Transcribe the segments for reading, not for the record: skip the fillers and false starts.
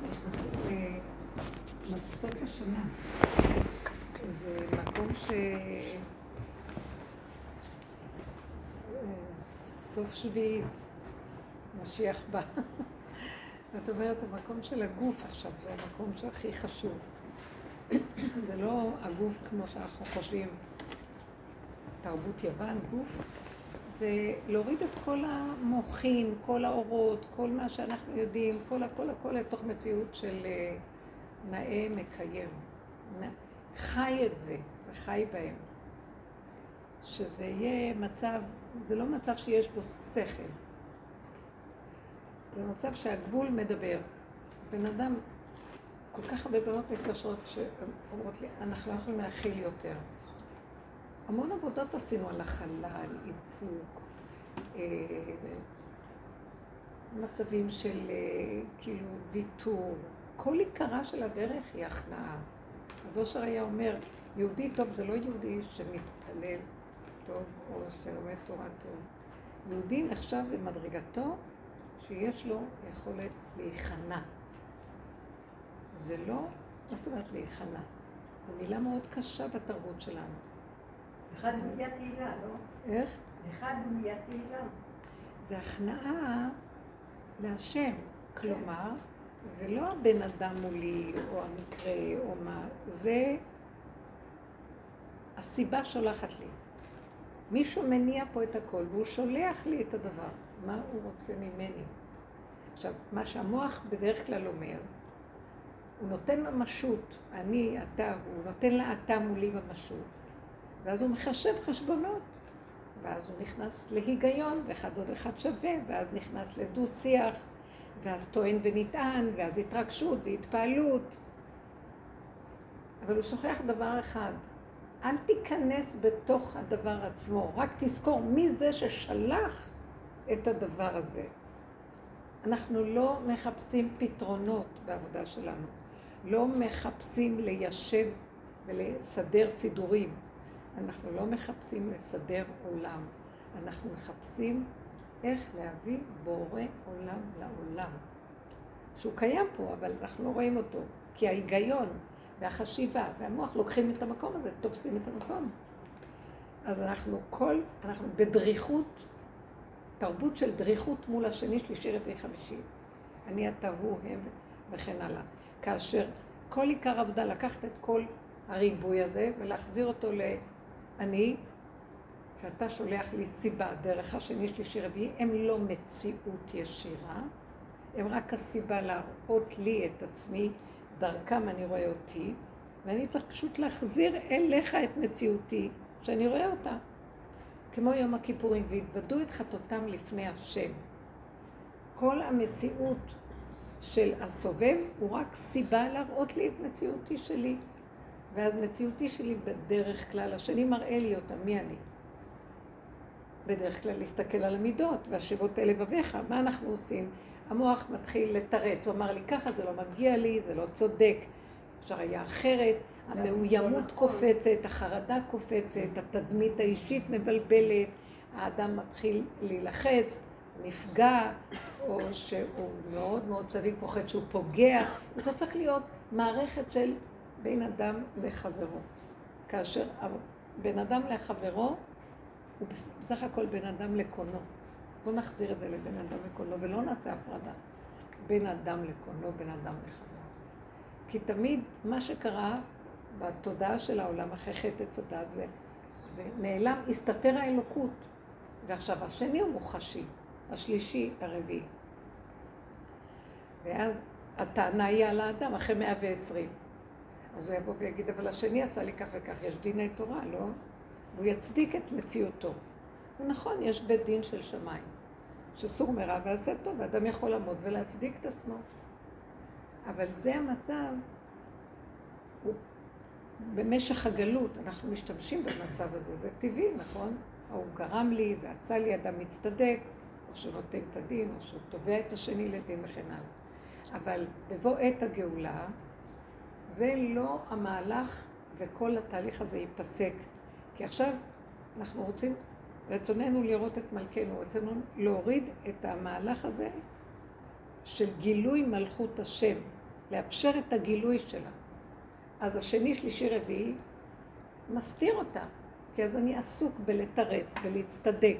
סוף השנה. זה מקום סוף שביעית, משיח בא. זאת אומרת, המקום של הגוף עכשיו, זה המקום שהכי חשוב. זה לא הגוף כמו שאנחנו חושבים, תרבות יוון, גוף. זה להוריד את כל המוחין, כל האורות, כל מה שאנחנו יודעים, כל לתוך מציאות של נאה מקיים. חי את זה, וחי בהם. שזה יהיה מצב, זה לא מצב שיש בו שכל. זה מצב שהגבול מדבר. בן אדם, כל כך הרבה בנות מתקשרות שאומרות לי, אנחנו לא יכולים להכיל יותר. המון עבודות עשינו על החלל, איפוק, מצבים של כאילו ויתור. כל עיקרה של הדרך היא הכנעה. הבושר היה אומר, יהודי טוב זה לא יהודי שמתפלל טוב או שלומד תורה טוב. יהודי נחשב במדרגתו שיש לו יכולת להיכנע. זה לא, מה זאת אומרת להיכנע? זו מילה מאוד קשה בתרבות שלנו. אחד דומיית תהילה, לא? איך? אחד דומיית תהילה. זה הכנעה להשם. כלומר, זה לא הבן אדם מולי או המקרה או מה, זה הסיבה שולחת לי. מישהו מניע פה את הכל והוא שולח לי את הדבר. מה הוא רוצה ממני? עכשיו, מה שהמוח בדרך כלל אומר, הוא נותן ממשות, אני, אתה, הוא נותן לה אתה מולי ממשות, ואז הוא מחשב חשבונות, ואז הוא נכנס להיגיון, ואחד עוד אחד שווה, ואז נכנס לדו שיח, ואז טוען ונטען, ואז התרגשות והתפעלות. אבל הוא שוכח דבר אחד, אל תיכנס בתוך הדבר עצמו, רק תזכור מי זה ששלח את הדבר הזה. אנחנו לא מחפשים פתרונות בעבודה שלנו, לא מחפשים ליישב ולסדר סידורים, אנחנו לא מחפשים לסדר עולם, אנחנו מחפשים איך להביא בורא עולם לעולם. שהוא קיים פה, אבל אנחנו לא רואים אותו, כי ההיגיון והחשיבה והמוח לוקחים את המקום הזה, תופסים את המקום. אז אנחנו בדריכות, תרבות של דריכות מול השני, שלישי, רביעי, חמישי. אני, אתה, הוא, הם וכן הלאה. כאשר כל עיקר עבודה לקחת את כל הריבוי הזה ולהחזיר אותו לאני, שאתה שולח לי סיבה דרך השני, שלישי, רביעי, הם לא מציאות ישירה, הם רק הסיבה להראות לי את עצמי, דרכם אני רואה אותי, ואני צריך פשוט להחזיר אליך את מציאותי, שאני רואה אותה. כמו יום הכיפורים, והתוודו את חטאותם לפני השם. כל המציאות של הסובב הוא רק סיבה להראות לי את מציאותי שלי. ואז מציאותי שלי בדרך כלל, השני מראה לי אותה, מי אני? בדרך כלל להסתכל על המידות, והשבות אל לבביך, מה אנחנו עושים? המוח מתחיל לתרץ, הוא אמר לי, ככה זה לא מגיע לי, זה לא צודק, אפשר היה אחרת, המאוימות קופצת, החרדה קופצת, התדמית האישית מבלבלת, האדם מתחיל להילחץ, נפגע, או שהוא מאוד מאוד צדיק, פוחד שהוא פוגע, זה הופך להיות מערכת של בין אדם לחברו. כאשר בין אדם לחברו, הוא בסך הכל בין אדם לקונו. בואו נחזיר את זה לבין אדם לקונו, ולא נעשה הפרדה. בין אדם לקונו, בין אדם לחברו. כי תמיד מה שקרה בתודעה של העולם אחרי חטא עץ הדת זה נעלם, הסתתר האלוקות. ועכשיו השני הוא מוחשי, השלישי הרביעי. ואז הטענה היא על האדם אחרי 120. אז הוא יבוא ויגיד, אבל השני עשה לי כך וכך, יש דיני תורה, לא? והוא יצדיק את מציאותו. ונכון, יש בית דין של שמיים, שסור מרע ועשה טוב, ואדם יכול לעמוד ולהצדיק את עצמו. אבל זה המצב, במשך הגלות אנחנו משתמשים במצב הזה, זה טבעי, נכון? הוא גרם לי, זה עשה לי, אדם מצטדק, או שנותן את הדין, או שהוא תובע את השני לדין וכן הלאה. אבל בבוא עת הגאולה, זה לא המהלך וכל התהליך הזה ייפסק. כי עכשיו אנחנו רוצים, רצוננו לראות את מלכנו, רצוננו להוריד את המהלך הזה של גילוי מלכות השם. לאפשר את הגילוי שלה. אז השני, שלישי, רביעי, מסתיר אותה, כי אז אני עסוק בלתרץ, בלהצטדק,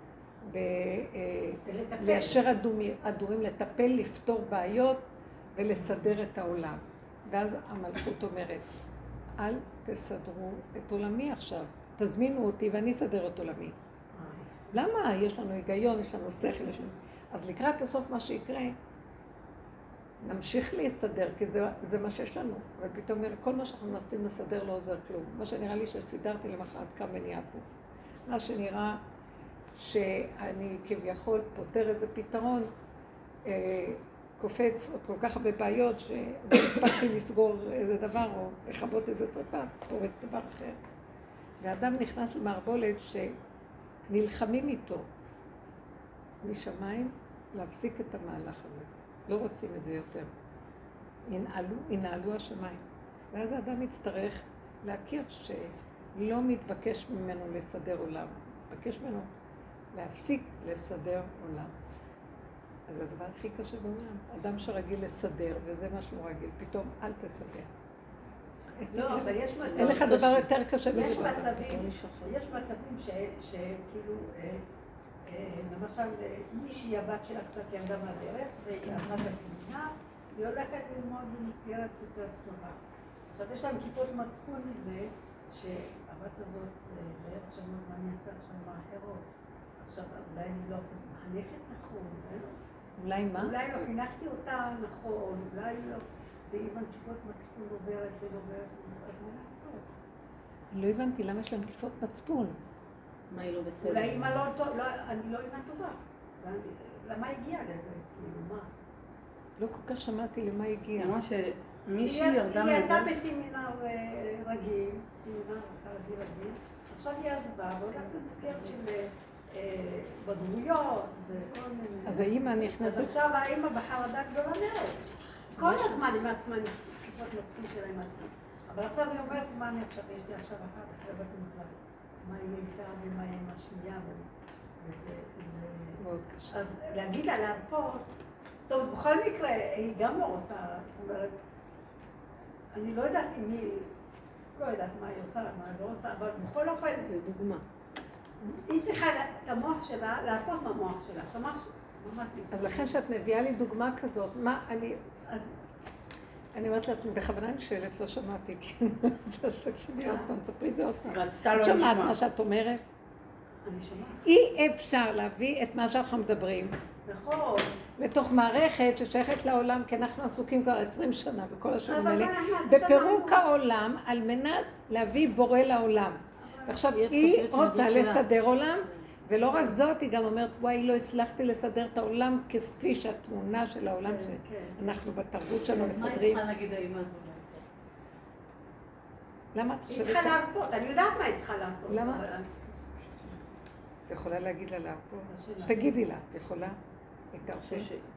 ליישר הדורים, לטפל, לפתור בעיות ולסדר את העולם. ואז המלכות אומרת, אל תסדרו את עולמי עכשיו, תזמינו אותי ואני אסדר את עולמי. למה? יש לנו היגיון, יש לנו שכל, אז לקראת הסוף מה שיקרה, נמשיך להסדר, כי זה מה שיש לנו. אבל פתאום נראה, כל מה שאנחנו מנסים לסדר לא עוזר כלום. מה שנראה לי שסידרתי למחרת קם ונהיה הפוך. מה שנראה שאני כביכול פותר איזה פתרון, קופץ עוד כל כך הרבה בעיות, שהספקתי לסגור איזה דבר, או לכבות איזה שריפה, פורט דבר אחר. והאדם נכנס למערבולת שנלחמים איתו משמיים להפסיק את המהלך הזה. לא רוצים את זה יותר. ינעלו השמיים. ואז האדם יצטרך להכיר שלא מתבקש ממנו לסדר עולם. מתבקש ממנו להפסיק לסדר עולם. אז זה הדבר הכי קשה בעולם. אדם שרגיל לסדר, וזה מה שהוא רגיל, פתאום אל תסדר. לא, אבל יש מצבים... אין לך דבר יותר קשה בזה. יש מצבים שכאילו... למשל, מישהי הבת שלה קצת ירדה מהדרך, והיא עברה בסמינר, והיא הולכת ללמוד במסגרת יותר פתוחה. עכשיו, יש להם כיפות מצפון מזה, שהבת הזאת, זה היה עכשיו מה אני אעשה עכשיו מהאחרות. עכשיו, אולי אני לא מחנכת נכון, אולי מה? אולי לא חינכתי אותה נכון, אולי לא. ואם כיפות מצפון עוברת ועוברת, אז מה לעשות? לא הבנתי, למה יש להם כיפות מצפון? מה היא לא בסדר? אולי אמא לא טובה, אני לא אמא טובה. למה הגיעה לזה? כאילו, מה? לא כל כך שמעתי למה הגיעה. ממש שמישהי ירדה היא הייתה בסמינר רגיל, סמינר חרדי רגיל, עכשיו היא עזבה, והולכת במסגרת של בגרויות וכל מיני... אז האמא נכנסת... אז עכשיו האמא בחרדה גדולה מאוד. כל הזמן עם עצמה, כיפות מצפון שלה עם עצמה. אבל עכשיו היא אומרת, מה אני עכשיו, יש לי עכשיו אחרי בת מצווה. מה היא הייתה ומה היא עם השנייה, וזה... מאוד קשה. אז להגיד לה להרפות, טוב, בכל מקרה, היא גם לא עושה, זאת אומרת, אני לא יודעת אם היא, לא יודעת מה היא עושה, מה היא לא עושה, אבל בכל אופן... זה דוגמה. היא צריכה את המוח שלה, להרפות מהמוח שלה, שמח ממש... אז לכן שאת מביאה לי דוגמה כזאת, מה אני... אני אומרת לעצמי, בכוונה אני שואלת, לא שמעתי, כי זה שתקשיבי עוד פעם, תספרי את זה עוד פעם. רצתה לא את שמעת לשמוע. מה שאת אומרת? אני שומעת. אי אפשר להביא את מה שאנחנו מדברים נכון. לתוך מערכת ששייכת לעולם, כי אנחנו עסוקים כבר 20 שנה בכל השנים אבל האלה, מה אנחנו בפירוק שמענו? העולם על מנת להביא בורא לעולם. ועכשיו היא רוצה לסדר עולם, ולא רק זאת, היא גם אומרת, וואי, לא הצלחתי לסדר את העולם כפי שהתמונה של העולם שאנחנו בתרבות שלנו מסדרים. מה היא צריכה להגיד האמא הזאת? למה את היא חושבת צריכה להרפות, אני יודעת מה היא צריכה לעשות. למה? אבל את יכולה להגיד לה להרפות? השאלה. תגידי לה, את יכולה? את ההרפות?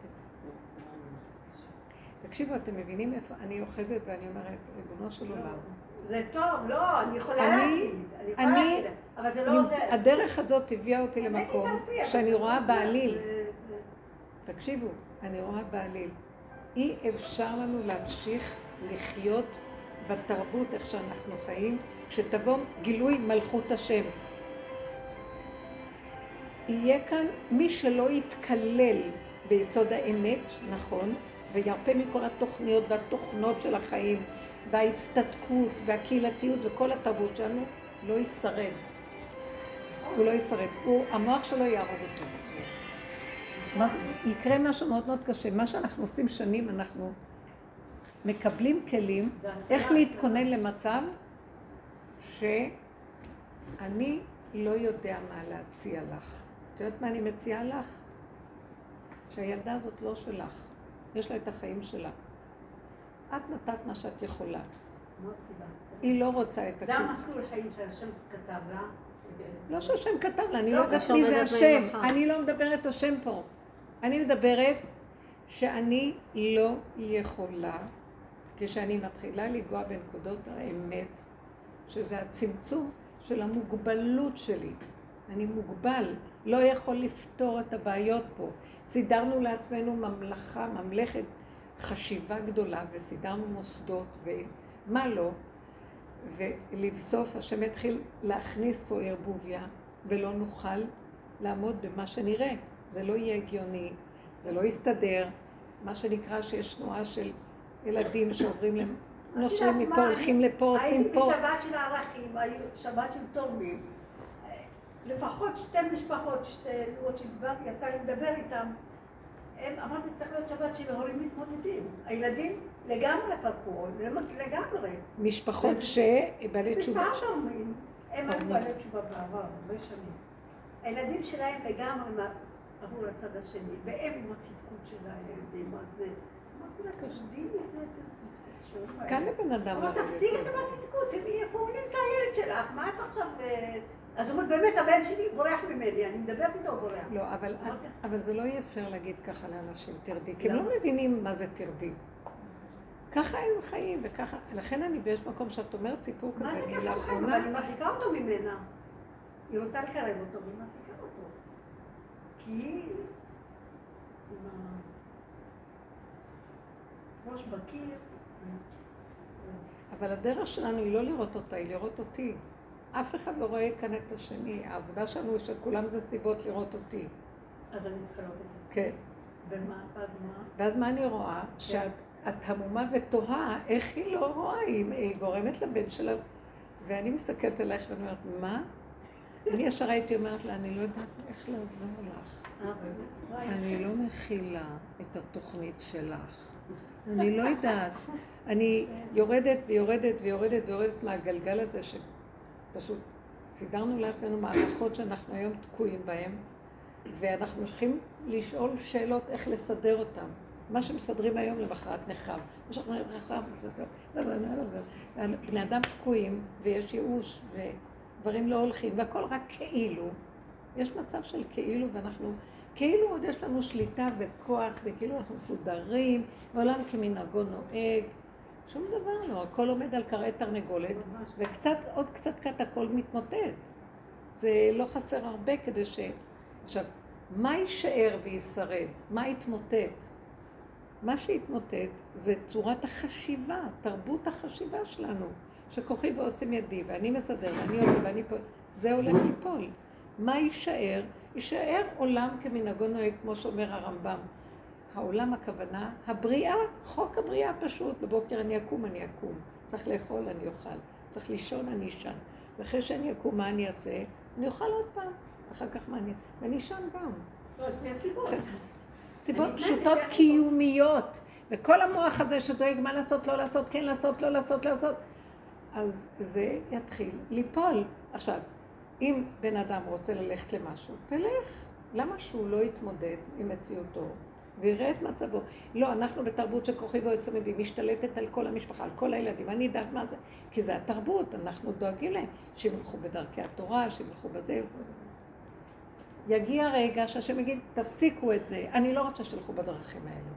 תקשיבו, אתם מבינים איפה? אני אוחזת ואני אומרת, ריבונו של עולם. זה טוב, לא, אני יכולה להגיד. אבל זה לא עוזר. הדרך הזאת הביאה אותי למקום שאני רואה בעליל. זה- תקשיבו, אני רואה בעליל. אי אפשר לנו להמשיך לחיות בתרבות איך שאנחנו חיים, כשתבוא גילוי מלכות השם. יהיה כאן מי שלא יתקלל ביסוד האמת, נכון, וירפה מכל התוכניות והתוכנות של החיים, וההצטדקות והקהילתיות וכל התרבות שלנו, לא ישרד. הוא לא ישרד. המוח שלו יהרוג אותו. יקרה משהו מאוד מאוד קשה. מה שאנחנו עושים שנים, אנחנו מקבלים כלים, איך להתכונן למצב שאני לא יודע מה להציע לך. את יודעת מה אני מציעה לך? שהילדה הזאת לא שלך. יש לה את החיים שלה. את נתת מה שאת יכולה. היא לא רוצה את זה המסלול חיים שהשם כתב לה. לא שהשם כתב לה, אני לא, לא יודעת השם מי זה מדבר השם. ממך. אני לא מדברת השם פה. אני מדברת שאני לא יכולה, כשאני מתחילה לגוע בנקודות האמת, שזה הצמצום של המוגבלות שלי. אני מוגבל, לא יכול לפתור את הבעיות פה. סידרנו לעצמנו ממלכה, ממלכת, חשיבה גדולה וסידרנו מוסדות ומה לא, ולבסוף השם התחיל להכניס פה ערבוביה ולא נוכל לעמוד במה שנראה. זה לא יהיה הגיוני, זה לא יסתדר. מה שנקרא שיש תנועה של ילדים שעוברים נושרים מפה, הולכים לפה, עושים פה. הייתי בשבת של הערכים, שבת של תורמים. לפחות 2 משפחות, 2 זוגות שדיברתי, יצא לי לדבר איתם. אמרתי, צריך להיות שבת של הורים מתמודדים. הילדים לגמרי פרקו, לגמרי. משפחות שבעלי תשובה. משפחה תורמים. הם היו בעלי תשובה בעבר, הרבה שנים. הילדים שלהם לגמרי עברו לצד השני, והם עם הצדקות שלהם, ועם הזה. אמרתי לה, תשדי מזה, תספר. כאן לבן אדם. אבל תפסיק את הצדקות, איפה הוא נמצא הילד שלך? מה את עכשיו... אז זאת אומרת, באמת הבן שלי בורח ממני, אני מדברת איתו, הוא בורח. לא, אבל זה לא יהיה פייר להגיד ככה לאנשים, תרדי, כי הם לא מבינים מה זה תרדי. ככה הם חיים, וככה, לכן אני באיש מקום שאת אומרת סיפור כזה, מה זה ככה חיים? אבל אני מרחיקה אותו ממנה. היא רוצה לקרב אותו, והיא מרחיקה אותו. כי היא... עם הראש בקיר... אבל הדרך שלנו היא לא לראות אותה, היא לראות אותי. אף אחד לא רואה כאן את השני. העבודה שלנו היא שכולם זה סיבות לראות אותי. אז אני צריכה לראות את עצמי. כן. ומה? אז מה? ואז מה אני רואה? שאת המומה ותוהה, איך היא לא רואה? היא גורמת לבן שלה. ואני מסתכלת עלייך ואני אומרת, מה? אני ישר הייתי אומרת לה, אני לא יודעת איך לעזור לך. אני לא מכילה את התוכנית שלך. אני לא יודעת. אני יורדת ויורדת ויורדת ויורדת מהגלגל הזה שפשוט סידרנו לעצמנו מערכות שאנחנו היום תקועים בהן, ואנחנו הולכים לשאול שאלות איך לסדר אותן. מה שמסדרים היום למחרת נחב. מה שאנחנו נחב, בני אדם תקועים ויש ייאוש ודברים לא הולכים, והכל רק כאילו. יש מצב של כאילו, ואנחנו כאילו עוד יש לנו שליטה וכוח, וכאילו אנחנו מסודרים, ועולם כמנהגו נוהג. שום דבר לא, הכל עומד על קרעי תרנגולת, וקצת, עוד קצת קט הכל מתמוטט. זה לא חסר הרבה כדי ש... עכשיו, מה יישאר וישרד? מה יתמוטט? מה שיתמוטט זה צורת החשיבה, תרבות החשיבה שלנו, שכוחי ועוצם ידי, ואני מסדר, ואני עושה, ואני פה, זה הולך ליפול. מה יישאר? יישאר עולם כמנהגו נוהג, כמו שאומר הרמב"ם. העולם הכוונה, הבריאה, חוק הבריאה פשוט, בבוקר אני אקום, צריך לאכול, אני אוכל, צריך לישון, אני אשן. ואחרי שאני אקום, מה אני אעשה? אני אוכל עוד פעם, אחר כך מה ואני אשן גם. לא, לפי הסיבות. סיבות פשוטות קיומיות, וכל המוח הזה שדואג מה לעשות, לא לעשות, כן לעשות, לא לעשות, אז זה יתחיל ליפול. עכשיו, אם בן אדם רוצה ללכת למשהו, תלך. למה שהוא לא יתמודד עם מציאותו ויראה את מצבו? לא, אנחנו בתרבות שכוחי ועוצם ידי משתלטת על כל המשפחה, על כל הילדים. אני יודעת מה זה, כי זה התרבות, אנחנו דואגים להם שהם ילכו בדרכי התורה, שהם ילכו בזה. יגיע רגע שהשם יגיד, תפסיקו את זה, אני לא רוצה שתלכו בדרכים האלו.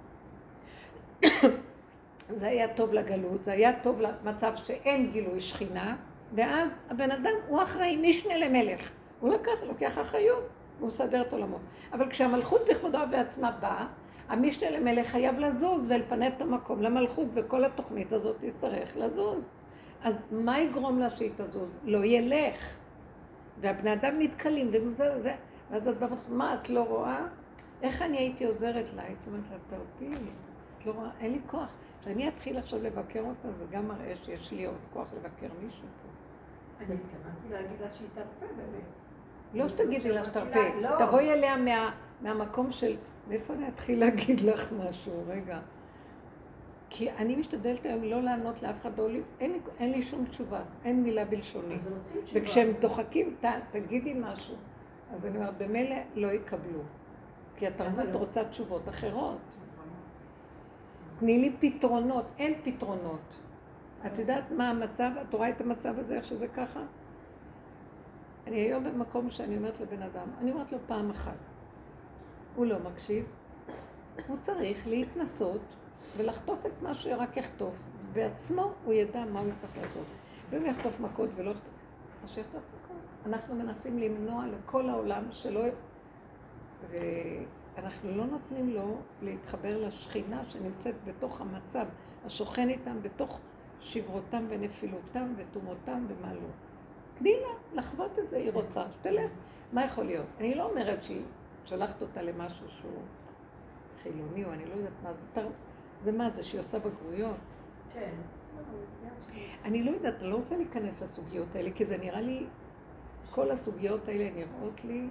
זה היה טוב לגלות, זה היה טוב למצב שאין גילוי שכינה, ואז הבן אדם הוא אחראי, משנה למלך. הוא לוקח אחריות, הוא מסדר את עולמו. אבל כשהמלכות בכבודה בעצמה באה, המשנה למלך חייב לזוז ולפנות את המקום למלכות, וכל התוכנית הזאת תצטרך לזוז. אז מה יגרום לה שהיא תזוז? לא ילך. והבני אדם נתקלים, ואז את בבת, מה, את לא רואה? איך אני הייתי עוזרת לה? הייתי אומרת לה, תרפי, את לא רואה? אין לי כוח. כשאני אתחיל עכשיו לבקר אותה, זה גם מראה שיש לי עוד כוח לבקר מישהו פה. אני התכוונתי להגיד לה שהיא תרפה באמת. לא שתגידי לה שתרפה, תבואי אליה מהמקום של, מאיפה אני אתחיל להגיד לך משהו, רגע. כי אני משתדלת היום לא לענות לאף אחד, אין לי שום תשובה, אין מילה בלשוני. אז רוצים תשובה. וכשהם דוחקים, תגידי משהו, אז אני אומרת, במילא לא יקבלו. כי התרבות רוצה תשובות אחרות. תני לי פתרונות, אין פתרונות. את יודעת מה המצב? את רואה את המצב הזה, איך שזה ככה? אני היום במקום שאני אומרת לבן אדם, אני אומרת לו פעם אחת, הוא לא מקשיב, הוא צריך להתנסות ולחטוף את מה שרק יחטוף, בעצמו הוא ידע מה הוא צריך לעשות. ואם יחטוף מכות ולא יחטוף, אז שיחטוף מכות. אנחנו מנסים למנוע לכל העולם שלא... אנחנו לא נותנים לו להתחבר לשכינה שנמצאת בתוך המצב, השוכן איתם בתוך שברותם ונפילותם ותומותם ומה לא. תני לה לחוות את זה, היא רוצה, שתלך. מה יכול להיות? אני לא אומרת שהיא שלחת אותה למשהו שהוא חילוני, או אני לא יודעת מה זה, זה מה זה, שהיא עושה בגרויות. כן. אני לא יודעת, אני לא רוצה להיכנס לסוגיות האלה, כי זה נראה לי, כל הסוגיות האלה נראות לי,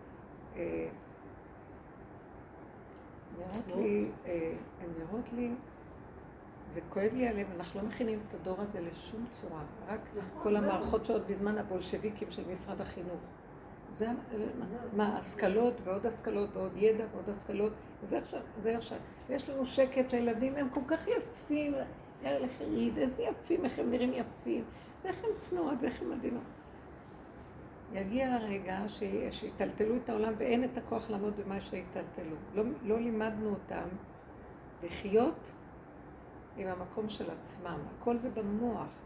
הן נראות לי, זה כואב לי עליהם, אנחנו לא מכינים את הדור הזה לשום צורה, רק כל המערכות שעוד בזמן הבולשביקים של משרד החינוך. זה מה, השכלות ועוד השכלות ועוד ידע ועוד השכלות, זה עכשיו. ויש לנו שקט, הילדים הם כל כך יפים, ערך יריד, איזה יפים, איך הם נראים יפים, ואיך הם צנועות ואיך הם עדינות. יגיע הרגע שיטלטלו את העולם ואין את הכוח לעמוד במה שיטלטלו. לא לימדנו אותם לחיות עם המקום של עצמם. הכל זה במוח.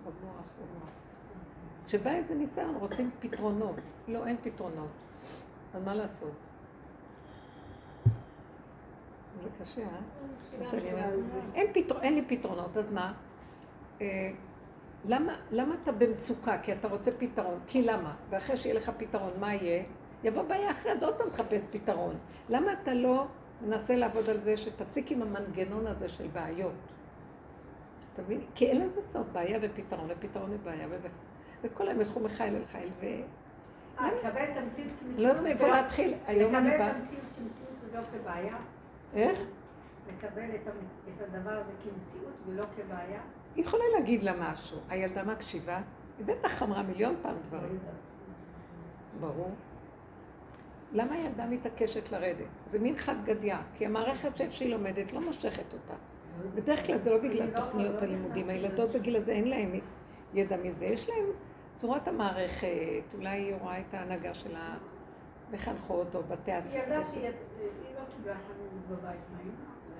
כשבא איזה ניסיון, רוצים פתרונות. לא, אין פתרונות. אז מה לעשות? זה קשה, אין לי פתרונות, אז מה? למה אתה במצוקה? כי אתה רוצה פתרון. כי למה? ואחרי שיהיה לך פתרון, מה יהיה? יבוא בעיה אחרת, עוד פעם מחפש פתרון. למה אתה לא מנסה לעבוד על זה שתפסיק עם המנגנון הזה של בעיות? אתה מבין? כי אין לזה סוף, בעיה ופתרון, ופתרון ובעיה, וכל הם ילכו מחיל אל חיל, לקבל את המציאות כמציאות. לא יודעת מאיפה להתחיל. לקבל את המציאות כמציאות ולא כבעיה. איך? לקבל את הדבר הזה כמציאות ולא כבעיה. היא יכולה להגיד לה משהו. הילדה מקשיבה, היא בטח אמרה מיליון פעם דברים. ברור. למה הילדה מתעקשת לרדת? זה מין חד גדיה, כי המערכת שאיפה שהיא לומדת לא מושכת אותה. בדרך כלל זה לא בגלל תוכניות הלימודים. הילדות בגיל הזה אין להם ידע מזה. יש להם צורת המערכת, אולי היא רואה את ההנהגה של המחנכות או בתי הספר. היא ידעה שהיא לא קיבלה חנות בבית מהאמא.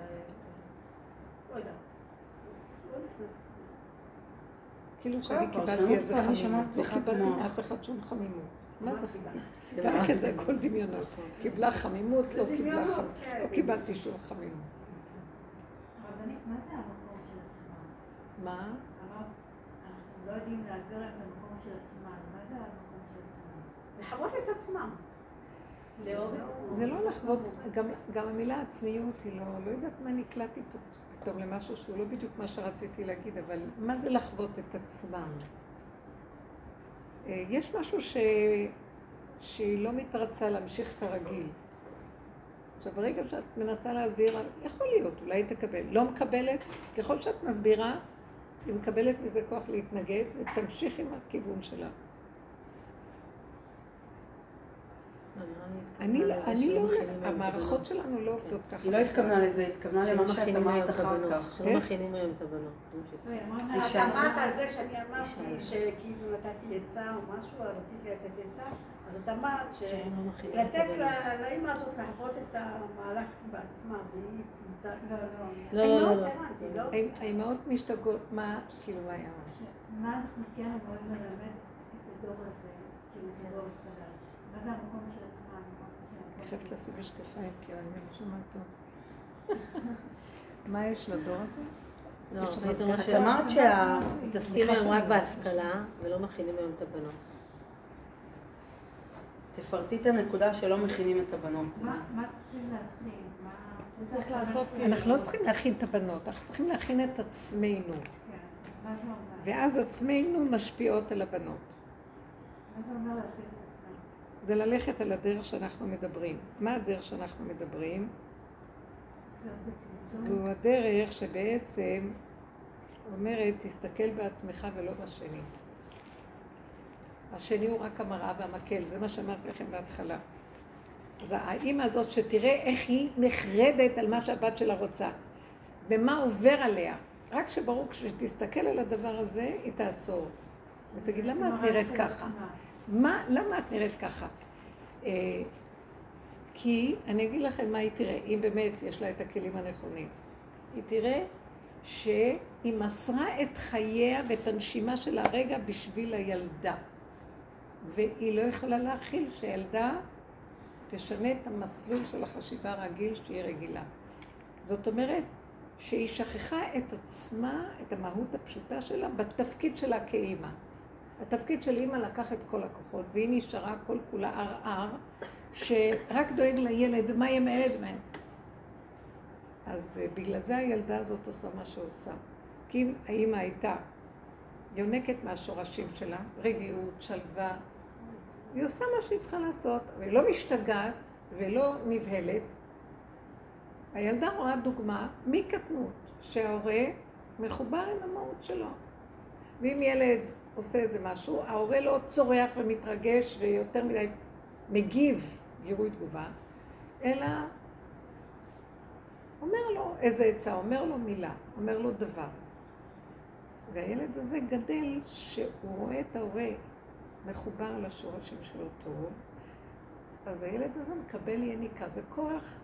לא יודעת. לא נכנסת. כאילו שאני קיבלתי איזה חמימות. לא קיבלתי מאף אחד שום חמימות. מה זה חמימות? רק את זה כל דמיונות. קיבלה חמימות, לא קיבלה חמימות. לא קיבלתי שום חמימות. הרבנית, מה זה המקום של עצמם? מה? אנחנו לא יודעים להעביר להם את המקום של עצמם. מה זה המקום של עצמם? לחוות את עצמם. זה לא לחוות, גם המילה עצמיות היא לא יודעת מה נקלטתי פתאום למשהו שהוא לא בדיוק מה שרציתי להגיד, אבל מה זה לחוות את עצמם? יש משהו שהיא לא מתרצה להמשיך כרגיל. עכשיו, ברגע שאת מנסה להסביר, יכול להיות, אולי היא תקבל. לא מקבלת, ככל שאת מסבירה, היא מקבלת מזה כוח להתנגד, ותמשיך עם הכיוון שלה. אני לא, המערכות שלנו לא עובדות ככה. היא לא התכוונה לזה, היא התכוונה למה שאת אמרת אחר כך. שלא מכינים היום את הבנות. את אמרת על זה שאני אמרתי שכאילו נתתי עצה או משהו, רציתי לתת עצה, אז את אמרת שלתת לאמא הזאת לחוות את המהלך בעצמה, והיא תמצא... לא. האמהות משתגעות, מה, כאילו מה היה? מה אנחנו כן אמורים ללמד את הדור הזה, כאילו זה דור חדש? מה זה המקום של עצמם? אני חייבת לשים משקפיים, כי אני לא שומעת טוב. מה יש לדור הזה? לא, את אמרת מתעסקים היום רק בהשכלה ולא מכינים היום את הבנות. תפרטי את הנקודה שלא מכינים את הבנות. מה צריכים להכין? מה צריך לעשות? אנחנו לא צריכים להכין את הבנות, אנחנו צריכים להכין את עצמנו. מה זה אומר? ואז עצמנו משפיעות על הבנות. מה זה אומר להכין את עצמם? זה ללכת על הדרך שאנחנו מדברים. מה הדרך שאנחנו מדברים? זו הדרך שבעצם אומרת, תסתכל בעצמך ולא בשני. השני הוא רק המראה והמקל, זה מה שאמרתי לכם בהתחלה. אז האמא הזאת שתראה איך היא נחרדת על מה שהבת שלה רוצה, ומה עובר עליה. רק שברור כשתסתכל על הדבר הזה, היא תעצור. ותגיד, למה את נראית ככה? למה את נראית ככה? כי אני אגיד לכם מה היא תראה, אם באמת יש לה את הכלים הנכונים. היא תראה שהיא מסרה את חייה ואת הנשימה של הרגע בשביל הילדה. והיא לא יכולה להכיל שילדה תשנה את המסלול של החשיבה הרגיל שהיא רגילה. זאת אומרת שהיא שכחה את עצמה, את המהות הפשוטה שלה, בתפקיד שלה כאימא. התפקיד של אימא לקח את כל הכוחות, והיא נשארה כל כולה ערער, שרק דואג לילד, ומה יהיה מהילד מהם. אז בגלל זה הילדה הזאת עושה מה שעושה. כי אם האימא הייתה יונקת מהשורשים שלה, רגיעות, שלווה, היא עושה מה שהיא צריכה לעשות, והיא לא משתגעת ולא נבהלת. הילדה רואה דוגמה מקטנות, שההורה מחובר עם המהות שלו. ואם ילד עושה איזה משהו, ההורה לא צורח ומתרגש ויותר מדי מגיב גירוי תגובה, אלא אומר לו איזה עצה, אומר לו מילה, אומר לו דבר. והילד הזה גדל שהוא רואה את ההורה מחובר לשורשים שלו טוב, אז הילד הזה מקבל יניקה וכוח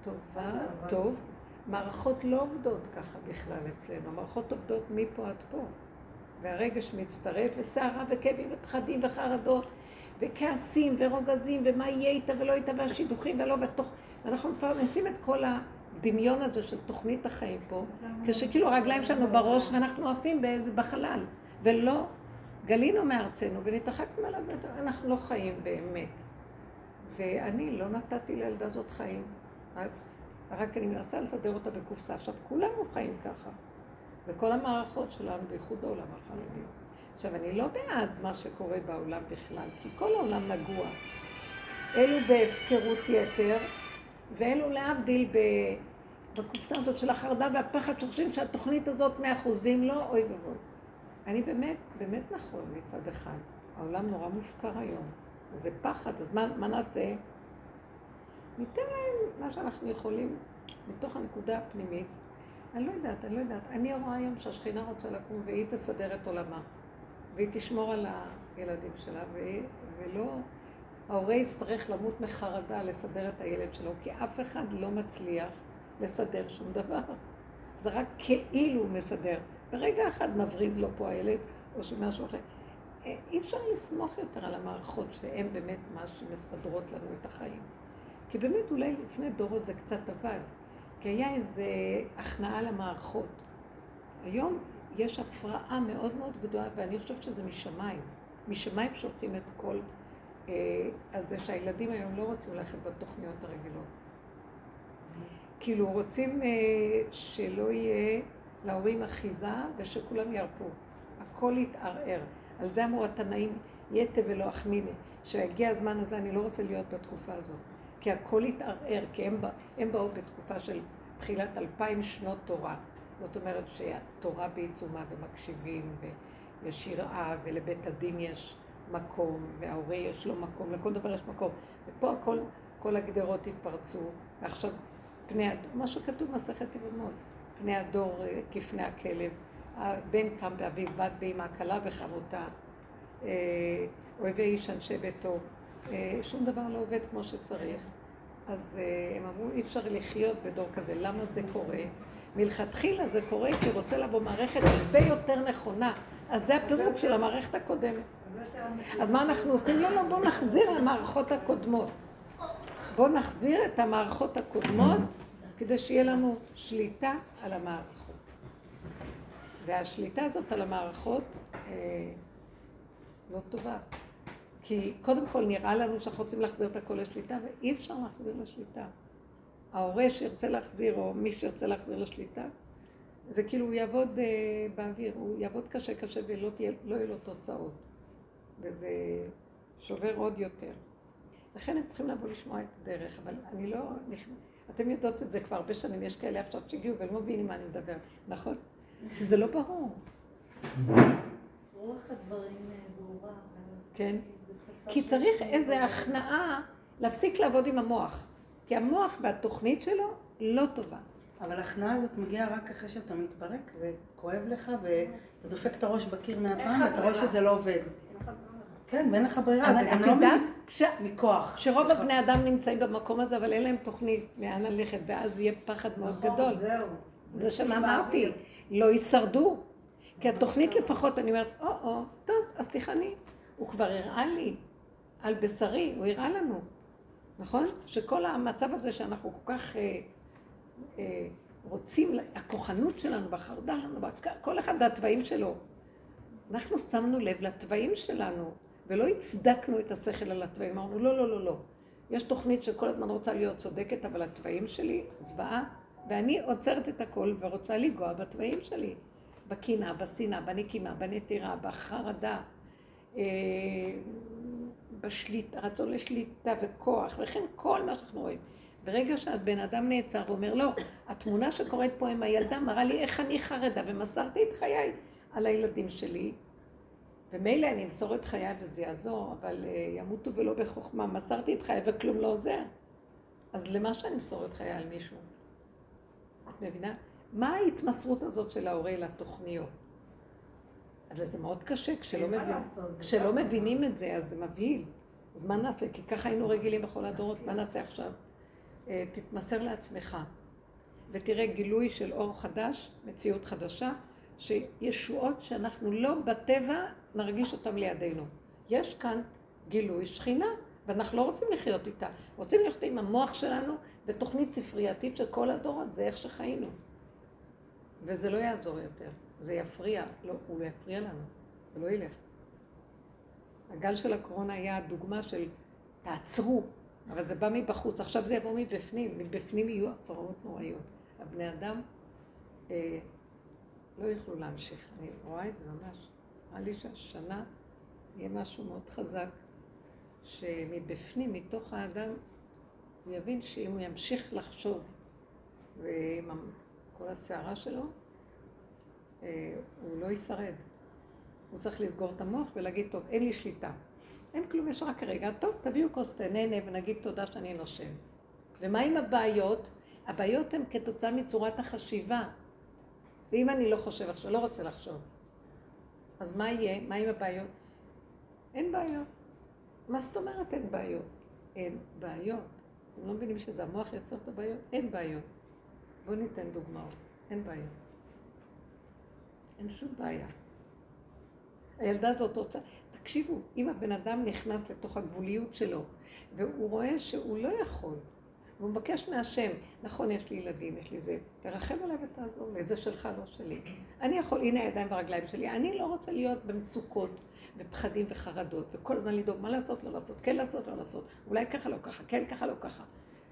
טוב. מערכות לא עובדות ככה בכלל אצלנו, מערכות עובדות מפה עד פה. והרגש מצטרף, וסערה וכאבים ופחדים וחרדות, וכעסים ורוגזים, ומה יהיה איתה ולא איתה, והשידוכים ולא בתוך. אנחנו מפרנסים את כל הדמיון הזה של תוכנית החיים פה, כשכאילו הרגליים שלנו בראש ואנחנו עפים בחלל, ולא גלינו מארצנו ונתרחקנו עליו, אנחנו לא חיים באמת. ואני לא נתתי לילדה הזאת חיים, רק אני מנסה לסדר אותה בקופסה. עכשיו כולנו חיים ככה, וכל המערכות שלנו בייחוד העולם החרדי. עכשיו אני לא בעד מה שקורה בעולם בכלל, כי כל העולם נגוע. אלו בהפקרות יתר, ואלו להבדיל בקופסה הזאת של החרדה והפחד שחושבים שהתוכנית הזאת 100%, ואם לא, אוי ובוי. אני באמת נכון מצד אחד. העולם נורא מופקר היום. זה פחד, אז מה נעשה? ניתן להם מה שאנחנו יכולים מתוך הנקודה הפנימית. אני לא יודעת. אני רואה היום שהשכינה רוצה לקום והיא תסדר את עולמה. והיא תשמור על הילדים שלה, ולא... ההורה יצטרך למות מחרדה לסדר את הילד שלו, כי אף אחד לא מצליח לסדר שום דבר. זה רק כאילו מסדר. ברגע אחד מבריז לו פה הילד, או שמשהו אחר. אי אפשר לסמוך יותר על המערכות שהן באמת מה שמסדרות לנו את החיים. כי באמת אולי לפני דורות זה קצת עבד, כי היה איזו הכנעה למערכות. היום יש הפרעה מאוד מאוד גדולה, ואני חושבת שזה משמיים. משמיים שולטים את כל... על זה שהילדים היום לא רוצים ללכת בתוכניות הרגילות. כאילו רוצים שלא יהיה להורים אחיזה ושכולם ירפו. הכל יתערער. על זה אמרו התנאים, יתה ולא אחמיני, שהגיע הזמן הזה אני לא רוצה להיות בתקופה הזאת. כי הכל יתערער, כי הם באו בתקופה של תחילת 2000 שנות תורה. זאת אומרת שהתורה בעיצומה ומקשיבים ויש יראה ולבית הדין יש מקום וההורה יש לו מקום, לכל דבר יש מקום. ופה כל הגדרות התפרצו, ועכשיו מה שכתוב מסכת יבמות, פני הדור כפני הכלב, בן קם באביו, בת באמא, כלה וחמותה, אוהבי איש אנשי ביתו, שום דבר לא עובד כמו שצריך. אז הם אמרו, אי אפשר לחיות בדור כזה. למה זה קורה? מלכתחילה זה קורה כי רוצה לבוא מערכת הרבה יותר נכונה. אז זה הפירוק של המערכת הקודמת. אז מה אנחנו עושים? לא, בואו נחזיר למערכות הקודמות. בואו נחזיר את המערכות הקודמות כדי שיהיה לנו שליטה על המערכות. והשליטה הזאת על המערכות לא טובה. כי קודם כל נראה לנו שאנחנו רוצים להחזיר את הכל לשליטה, ואי אפשר להחזיר לשליטה. ההורה שירצה להחזיר, או מי שירצה להחזיר לשליטה, זה כאילו הוא יעבוד באוויר, הוא יעבוד קשה ולא יהיו לו תוצאות. וזה שובר עוד יותר. לכן הם צריכים לבוא לשמוע את הדרך, אבל אני לא... אתם יודעות את זה כבר הרבה שנים, יש כאלה עכשיו שהגיעו ולא מבינים מה אני מדבר, נכון? שזה לא ברור. רוח הדברים ברורה. כן. כי צריך איזו הכנעה להפסיק לעבוד עם המוח. כי המוח והתוכנית שלו לא טובה. אבל ההכנעה הזאת מגיעה רק אחרי שאתה מתברק וכואב לך ואתה דופק את הראש בקיר מהפעם ואתה רואה שזה לא עובד. כן, ואין לך ברירה, זה גם לא מכוח. שרוב הבני אדם נמצאים במקום הזה, אבל אין להם תוכנית לאן ללכת, ואז יהיה פחד מאוד גדול. זה שמה אמרתי, לא יישרדו. כי התוכנית לפחות, אני אומרת, טוב, אז תיכני. הוא כבר הראה לי על בשרי, הוא הראה לנו. נכון? שכל המצב הזה שאנחנו כל כך רוצים, הכוחנות שלנו, בחרדה שלנו, כל אחד והטבעים שלו. אנחנו שמנו לב לטבעים שלנו, ולא הצדקנו את השכל על הטבעים. אמרנו, לא, לא, לא, לא. יש תוכנית שכל הזמן רוצה להיות צודקת, אבל הטבעים שלי זוועה, ואני עוצרת את הכל ורוצה לגוע בטבעים שלי. בקינה, בשנאה, בנקימה, בנטירה, בחרדה, רצון לשליטה וכוח, וכן כל מה שאנחנו רואים. ברגע שאת בן אדם נעצר ואומר, לא, התמונה שקורית פה עם הילדה מראה לי איך אני חרדה, ומסרתי את חיי על הילדים שלי, ומילא אני אמסור את חיי וזה יעזור, אבל ימותו ולא בחוכמה, מסרתי את חיי וכלום לא עוזר. אז למה שאני אמסור את חיי על מישהו? את מבינה? מה ההתמסרות הזאת של ההורה לתוכניות? אבל זה מאוד קשה, כשלא מבינים את זה, אז זה מבהיל. אז מה נעשה? כי ככה היינו רגילים בכל הדורות, מה נעשה עכשיו? תתמסר לעצמך, ותראה גילוי של אור חדש, מציאות חדשה, שישועות שאנחנו לא בטבע נרגיש אותם לידינו. יש כאן גילוי שכינה, ואנחנו לא רוצים לחיות איתה. רוצים לחיות עם המוח שלנו בתוכנית ספרייתית של כל הדורות, זה איך שחיינו. וזה לא יעזור יותר, זה יפריע, לא, הוא לא יפריע לנו, זה לא ילך. הגל של הקורונה היה דוגמה של תעצרו, אבל זה בא מבחוץ, עכשיו זה יבוא מבפנים, מבפנים יהיו הפרעות נוראיות. הבני אדם לא יוכלו להמשיך, אני רואה את זה ממש. נראה לי שהשנה יהיה משהו מאוד חזק, שמבפנים, מתוך האדם, הוא יבין שאם הוא ימשיך לחשוב, ועם כל הסערה שלו, הוא לא ישרד. הוא צריך לסגור את המוח ולהגיד, טוב, אין לי שליטה. אין כלום, יש רק רגע, טוב, תביאו כוס תהנה ונגיד תודה שאני נושם. ומה עם הבעיות? הבעיות הן כתוצאה מצורת החשיבה. ואם אני לא חושב עכשיו, לא רוצה לחשוב. אז מה יהיה? מה עם הבעיות? אין בעיות. מה זאת אומרת אין בעיות? אין בעיות. אתם לא מבינים שזה המוח יוצר את הבעיות? אין בעיות. בואו ניתן דוגמאות. אין בעיות. אין שום בעיה. הילדה הזאת רוצה... תקשיבו, אם הבן אדם נכנס לתוך הגבוליות שלו, והוא רואה שהוא לא יכול, והוא מבקש מהשם, נכון, יש לי ילדים, יש לי זה, תרחם עליי ותעזור לי, זה שלך, לא שלי. אני יכול, הנה הידיים והרגליים שלי, אני לא רוצה להיות במצוקות, בפחדים וחרדות, וכל הזמן לדאוג מה לעשות, לא לעשות, כן לעשות, לא לעשות, אולי ככה, לא ככה, כן ככה, לא ככה.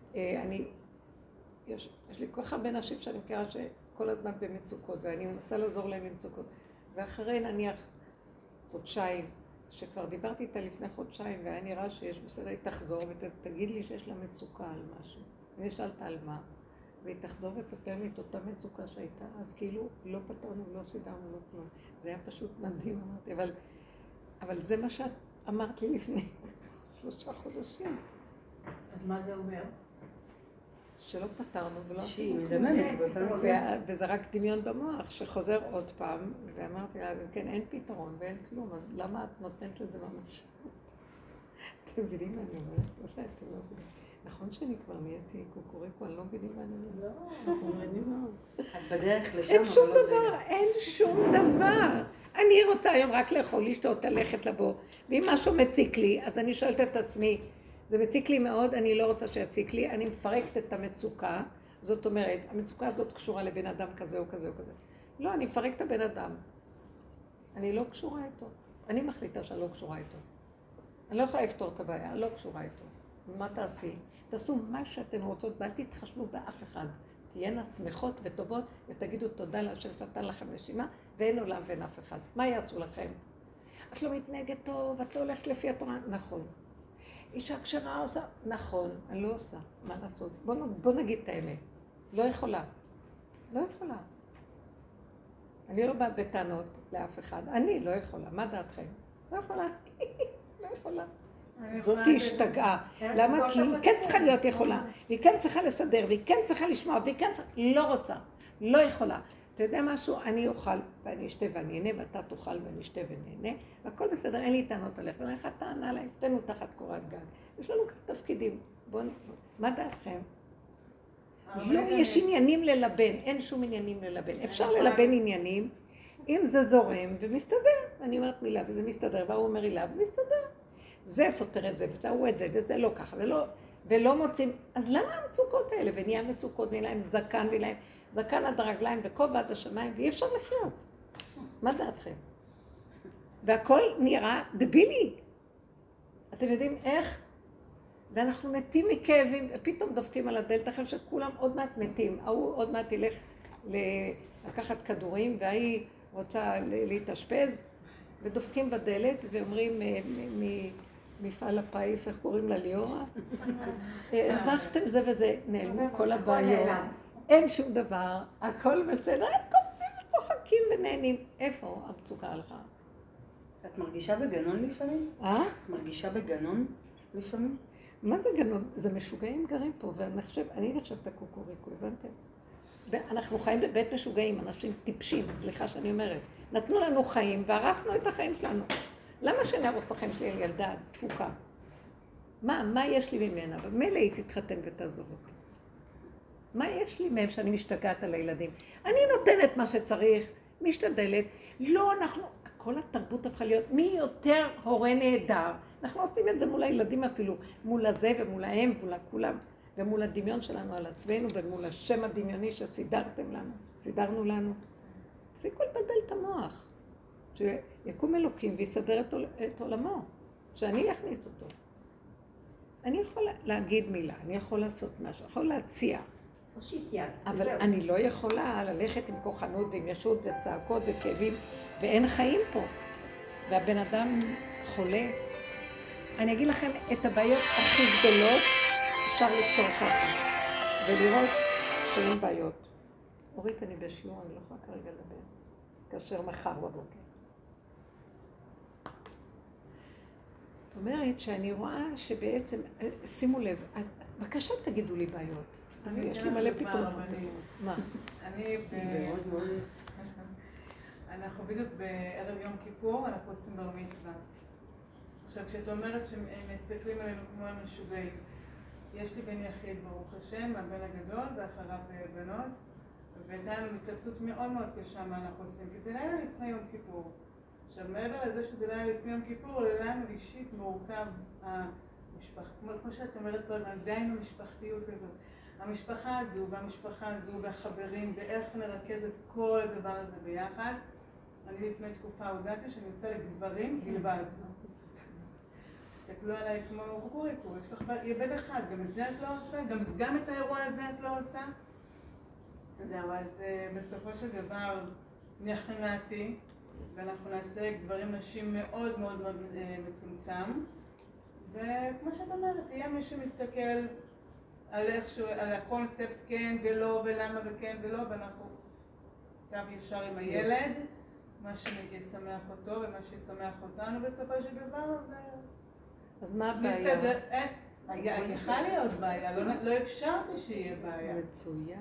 יש לי כל כך הרבה נשים שאני מכירה שכל הזמן במצוקות, ואני מנסה לעזור להם במצוקות. ואחרי נניח חודשיים, שכבר דיברתי איתה לפני חודשיים, והיה נראה שיש בסדר, היא תחזור ותגיד לי שיש לה מצוקה על משהו. אני שאלת על מה, והיא תחזור ותספר לי את אותה מצוקה שהייתה, אז כאילו לא פתרנו, לא סידרנו, לא כלום. זה היה פשוט מדהים, אמרתי, אבל זה מה שאת אמרת לי לפני 3 חודשים. אז מה זה אומר? שלא פתרנו ולא שהיא עשינו מדממת. וזה רק דמיון במוח שחוזר עוד פעם, ואמרתי לה, כן, אין פתרון ואין כלום, אז למה את נותנת לזה ממש? אתם מבינים מה אני אומרת? לא שאתם לא מבינים. נכון שאני כבר נהייתי קוקוריקו, אני לא מבינים מה אני אומרת. לא, אנחנו מבינים מאוד. את בדרך לשם, אין שום דבר, אין שום דבר. אני רוצה היום רק לאכול, לשתות, ללכת לבוא, ואם משהו מציק לי, אז אני שואלת את עצמי, זה מציק לי מאוד, אני לא רוצה שיציק לי, אני מפרקת את המצוקה, זאת אומרת, המצוקה הזאת קשורה לבן אדם כזה או כזה או כזה. לא, אני מפרקת את הבן אדם. אני לא קשורה איתו. אני מחליטה שאני לא קשורה איתו. אני לא יכולה לפתור את הבעיה, אני לא קשורה איתו. ומה תעשי? תעשו מה שאתן רוצות, ואל תתחשבו באף אחד. תהיינה שמחות וטובות, ותגידו תודה להשם שנתן לכם נשימה, ואין עולם ואין אף אחד. מה יעשו לכם? את לא מתנהגת טוב, את לא הולכת לפי התורה. נכון. אישה כשרה עושה, נכון, אני לא עושה, מה לעשות? בוא נגיד את האמת. לא יכולה. לא יכולה. אני לא באה בטענות לאף אחד. אני לא יכולה. מה דעתכם? לא יכולה. לא יכולה. זאת השתגעה. למה? כי היא כן צריכה להיות יכולה, והיא כן צריכה לסדר, והיא כן צריכה לשמוע, והיא כן צריכה... לא רוצה. לא יכולה. אתה יודע משהו? אני אוכל ואני אשתה ואני אהנה, ואתה תאכל ואני אשתה ונהנה, והכל בסדר, אין לי טענות עליך, ואני לך טענה עליי, תנו תחת קורת גג. יש לנו כאן תפקידים. מה דעתכם? לא, יש עניינים ללבן, אין שום עניינים ללבן. אפשר ללבן עניינים, אם זה זורם ומסתדר. אני אומרת מילה וזה מסתדר, והוא אומר הילה ומסתדר. זה סותר את זה, וזה הוא את זה, וזה לא ככה, ולא מוצאים, אז למה המצוקות האלה? ונהיה מצוקות, נהיה להם זקן, נהיה להם זקן עד הרגליים וכובע עד השמיים, ואי אפשר לחיות. מה דעתכם? והכל נראה דבילי. אתם יודעים איך? ואנחנו מתים מכאבים, ופתאום דופקים על הדלת אחרי שכולם עוד מעט מתים. ההוא עוד מעט ילך לקחת כדורים, והיא רוצה להתאשפז, ודופקים בדלת ואומרים ממפעל הפיס, איך קוראים לה ליאורה? הרווחתם זה וזה, נעלמו כל הבעיות. אין שום דבר, הכל בסדר, הם קופצים וצוחקים ונהנים. איפה המצוקה הלכה? את מרגישה בגנון לפעמים? מרגישה בגנון לפעמים? מה זה גנון? זה משוגעים גרים פה, ואני נחשבת הקוקוריקו, הבנתם? אנחנו חיים בבית משוגעים, אנשים טיפשים, סליחה שאני אומרת. נתנו לנו חיים והרסנו את החיים שלנו. למה שנהרוס את החיים שלי על ילדה דפוקה? מה יש לי ממנה? במילא היא תתחתן ותעזוב אותי. מה יש לי מהם שאני משתגעת על הילדים? אני נותנת מה שצריך, משתדלת. לא, כל התרבות הפכה להיות מי יותר הורה נהדר. אנחנו עושים את זה מול הילדים אפילו, מול הזה ומול ההם ומול כולם, ומול הדמיון שלנו על עצמנו ומול השם הדמיוני שסידרתם לנו, סידרנו לנו. תפסיקו לבלבל את המוח, שיקום אלוקים ויסדר את עולמו, שאני אכניס אותו. אני יכול להגיד מילה, אני יכול לעשות משהו, אני יכול להציע. הושיט יד. אבל אני לא יכולה ללכת עם כוחנות ועם ישות וצעקות וכאבים, ואין חיים פה. והבן אדם חולה. אני אגיד לכם, את הבעיות הכי גדולות אפשר לפתור ככה, ולראות שאין בעיות. אורית, אני בשיעור, אני לא יכולה כרגע לדבר, כאשר מחר בבוקר. זאת אומרת שאני רואה שבעצם, שימו לב, בבקשה תגידו לי בעיות. יש לי מלא פתרונות. מה? אנחנו בדיוק בערב יום כיפור, אנחנו עושים בר מצווה. עכשיו, כשאת אומרת שהם מסתכלים עלינו כמו הם משוגעים, יש לי בן יחיד, ברוך השם, הבן הגדול, ואחריו בנות, והייתה לנו התלבטות מאוד מאוד קשה מה אנחנו עושים, כי זה לילה לפני יום כיפור. עכשיו, מעבר לזה שזה לילה לפני יום כיפור, לנו אישית מורכב המשפחה, כמו שאת אומרת כל הזמן, די עם המשפחתיות הזאת. המשפחה הזו והמשפחה הזו והחברים, ואיך נרכז את כל הדבר הזה ביחד. אני לפני תקופה הודעתי שאני עושה לגברים בלבד. תסתכלו עליי כמו קוקוריקו, יש לך ילד אחד, גם את זה את לא עושה, גם את האירוע הזה את לא עושה. זהו, אז בסופו של דבר נכנעתי, ואנחנו נעשה גברים נשים מאוד מאוד מאוד מצומצם. וכמו שאת אומרת, יהיה מי שמסתכל על איכשהו, על הקונספט כן ולא ולמה וכן ולא, ואנחנו קו ישר עם הילד, מה שישמח אותו ומה שישמח אותנו בסופו של דבר. אז מה הבעיה? יכולה להיות בעיה, לא אפשרתי שיהיה בעיה. מצוין.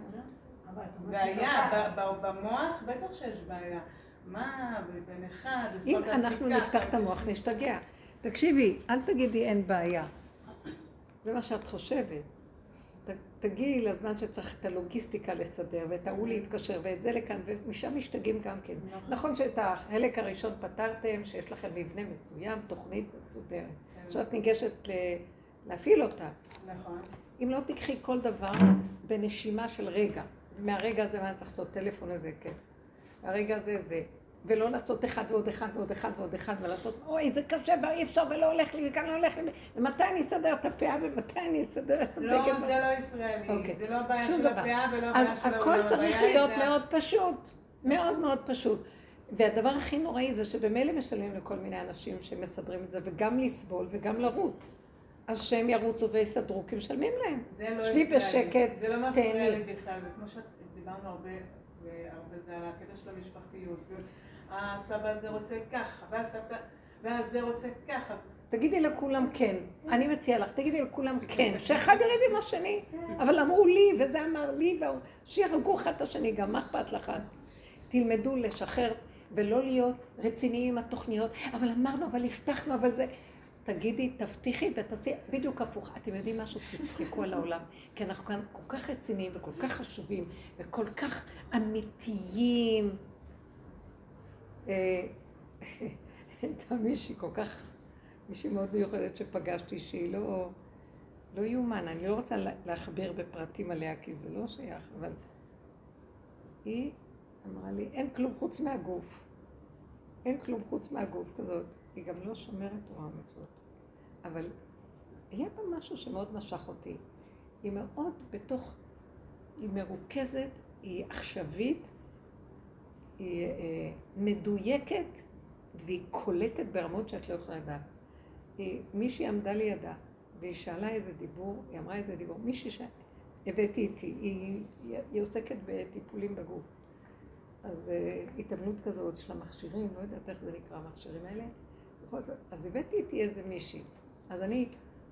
בעיה, במוח בטח שיש בעיה. מה, בן אחד, אם אנחנו נפתח את המוח נשתגע. תקשיבי, אל תגידי אין בעיה. זה מה שאת חושבת. תגיעי לזמן שצריך את הלוגיסטיקה לסדר, ואת ההוא להתקשר, ואת זה לכאן, ומשם משתגעים גם כן. נכון שאת החלק הראשון פתרתם, שיש לכם מבנה מסוים, תוכנית מסודרת. שאת ניגשת להפעיל אותה. נכון. אם לא תקחי כל דבר בנשימה של רגע, מהרגע הזה מה צריך לעשות טלפון הזה, כן. הרגע הזה זה. ולא לעשות אחד ועוד אחד ועוד אחד ועוד אחד, ולעשות, אוי, זה קשה, אי אפשר, ולא הולך לי, וכאן לא הולך לי, ומתי אני אסדר את הפאה, ומתי אני אסדר את הבגד? לא, זה לא הפריע לי. זה לא בעיה של הפאה, ולא בעיה של העולם. אז הכל צריך להיות מאוד פשוט, מאוד מאוד פשוט. והדבר הכי נוראי זה שבמילא משלמים לכל מיני אנשים שמסדרים את זה, וגם לסבול וגם לרוץ. אז שהם ירוצו ויסדרו, כי משלמים להם. שבי בשקט, זה לא מפריע לי בכלל, זה כמו שדיברנו הרבה זה על הקטע של המשפחתיות. הסבא הזה רוצה ככה, והסבתא, והזה רוצה ככה. תגידי לכולם כן, אני מציעה לך, תגידי לכולם כן, שאחד יריב עם השני, אבל אמרו לי, וזה אמר לי, שירגו אחד את השני, גם מה אכפת לך? תלמדו לשחרר ולא להיות רציניים עם התוכניות, אבל אמרנו, אבל הבטחנו, אבל זה... תגידי, תבטיחי ותעשי בדיוק הפוך. אתם יודעים משהו? תצחקו על העולם, כי אנחנו כאן כל כך רציניים וכל כך חשובים וכל כך אמיתיים. הייתה מישהי כל כך, מישהי מאוד מיוחדת שפגשתי, שהיא לא לא יאומן, אני לא רוצה להכביר בפרטים עליה, כי זה לא שייך, אבל היא אמרה לי, אין כלום חוץ מהגוף. אין כלום חוץ מהגוף כזאת. היא גם לא שומרת תורה ומצוות. אבל היה בה משהו שמאוד משך אותי. היא מאוד בתוך, היא מרוכזת, היא עכשווית, היא מדויקת, והיא קולטת ברמות שאת לא יכולה לדעת. מישהי עמדה לידה, והיא שאלה איזה דיבור, היא אמרה איזה דיבור, מישהי שהבאתי איתי, היא עוסקת בטיפולים בגוף. אז התאמנות כזאת, יש לה מכשירים, לא יודעת איך זה נקרא, המכשירים האלה. אז הבאתי איתי איזה מישהי. אז אני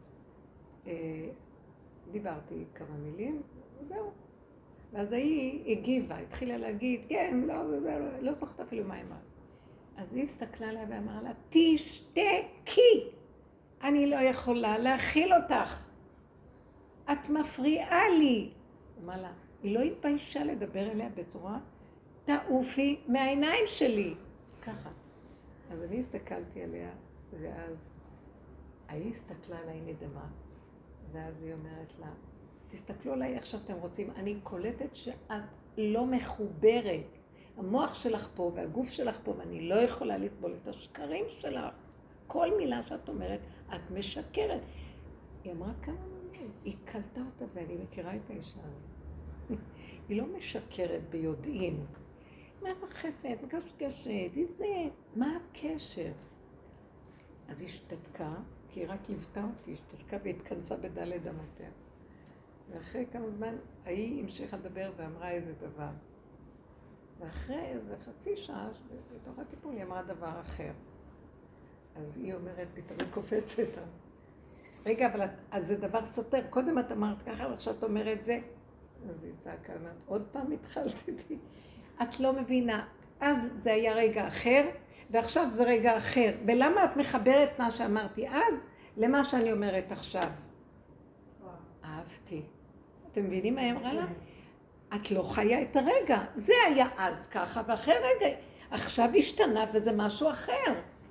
דיברתי כמה מילים, וזהו. ואז היא הגיבה, התחילה להגיד, כן, לא זוכרת אפילו מה אמרה. אז היא הסתכלה עליה ואמרה לה, תשתקי! אני לא יכולה להכיל אותך. את מפריעה לי. אמרה לה, היא לא התביישה לדבר אליה בצורה, תעופי מהעיניים שלי. ככה. אז אני הסתכלתי עליה, ואז היא הסתכלה עליי נדמה, ואז היא אומרת לה, תסתכלו עליי איך שאתם רוצים, אני קולטת שאת לא מחוברת. המוח שלך פה והגוף שלך פה, ואני לא יכולה לסבול את השקרים שלך. כל מילה שאת אומרת, את משקרת. היא אמרה כמה מילים, היא קלטה אותה, ואני מכירה את האישה. היא לא משקרת ביודעין. מרחפת, מקשקשת, זה, מה הקשר? אז היא השתתקה, כי היא רק ליוותה אותי, השתתקה והתכנסה בדלת אמותיה. ואחרי כמה זמן, היא המשיכה לדבר ואמרה איזה דבר. ואחרי איזה חצי שעה, בתוך הטיפול, היא אמרה דבר אחר. אז היא אומרת, פתאום היא קופצת. רגע, אבל אז זה דבר סותר. קודם את אמרת ככה, ועכשיו את אומרת זה. אז היא צעקה, אמרת, עוד פעם התחלתי. את לא מבינה. אז זה היה רגע אחר, ועכשיו זה רגע אחר. ולמה את מחברת מה שאמרתי אז, למה שאני אומרת עכשיו? אהבתי. אתם מבינים מה היא אמרה לה? את לא חיה את הרגע. זה היה אז ככה, ואחרי רגע, עכשיו השתנה וזה משהו אחר.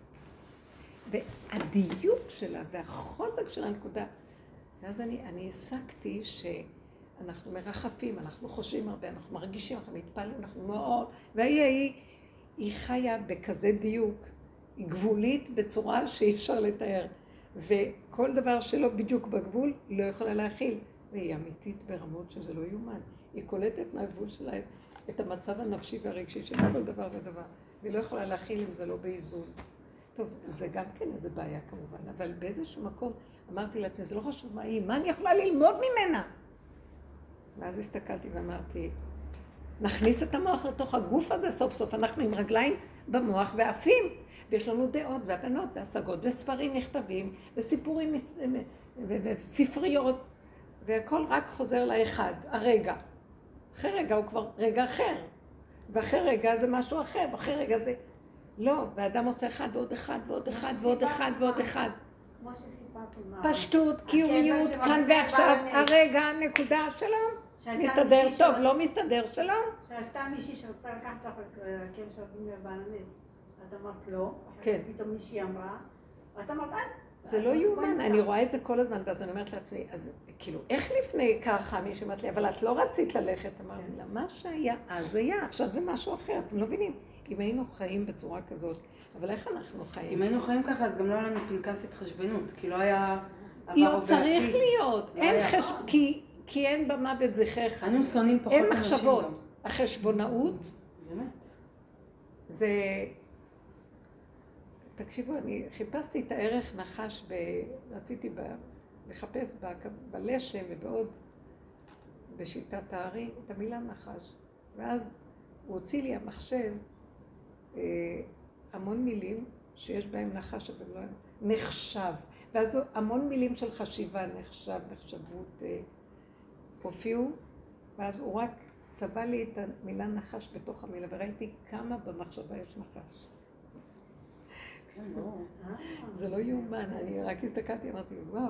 והדיוק שלה והחוזק של הנקודה. ואז אני הסקתי שאנחנו מרחפים, אנחנו חושבים הרבה, אנחנו מרגישים, אנחנו מתפעלים, אנחנו מאוד, והיא חיה בכזה דיוק, היא גבולית בצורה שאי אפשר לתאר. וכל דבר שלא בדיוק בגבול, היא לא יכולה להכיל. והיא אמיתית ברמות שזה לא יאומן. היא קולטת מהגבול שלה את המצב הנפשי והרגשי של כל דבר ודבר. והיא לא יכולה להכיל אם זה לא באיזון. טוב, זה גם כן איזה בעיה כמובן, אבל באיזשהו מקום אמרתי לעצמי, זה לא חשוב מה היא, מה אני יכולה ללמוד ממנה? ואז הסתכלתי ואמרתי, נכניס את המוח לתוך הגוף הזה סוף סוף, אנחנו עם רגליים במוח ועפים, ויש לנו דעות והבנות והשגות וספרים נכתבים וסיפורים וספריות, והכל רק חוזר לאחד, הרגע. אחרי רגע הוא כבר רגע אחר, ואחרי רגע זה משהו אחר, ואחרי רגע זה... לא, והאדם עושה אחד ועוד אחד ועוד אחד ועוד אחד ועוד אחד. כמו שסיפרתי מה. פשטות, קיומיות, כאן ועכשיו, הרגע, נקודה, שלום. מסתדר טוב, לא מסתדר, שלום. שעשתה מישהי שרצה לקחת אותך לקרן של רבי מאיר בעל הנס. את אמרת לא, כן. פתאום מישהי אמרה, ואת אמרת, זה לא יאומן, אני רואה את זה כל הזמן, ואז אני אומרת לעצמי, אז כאילו, איך לפני ככה מישהו אמרת לי, אבל את לא רצית ללכת, אמרתי לה, מה שהיה, אז היה, עכשיו זה משהו אחר, אתם לא מבינים. אם היינו חיים בצורה כזאת, אבל איך אנחנו חיים? אם היינו חיים ככה, אז גם לא היה לנו פנקס התחשבנות, כי לא היה עבר לא צריך להיות, כי אין במוות זכרך. היינו שונאים פחות אין אנשים מחשבות. גם. החשבונאות, באמת? זה... תקשיבו, אני חיפשתי את הערך נחש, רציתי לחפש בלשם ובעוד, בשיטת הארי, את המילה נחש. ואז הוא הוציא לי המחשב המון מילים שיש בהם נחש, אבל לא נחשב. ואז המון מילים של חשיבה, נחשב, נחשבות, הופיעו, ואז הוא רק צבע לי את המילה נחש בתוך המילה, וראיתי כמה במחשבה יש נחש. כן, לא. זה לא יאומן, אני רק הסתכלתי, אמרתי, וואו.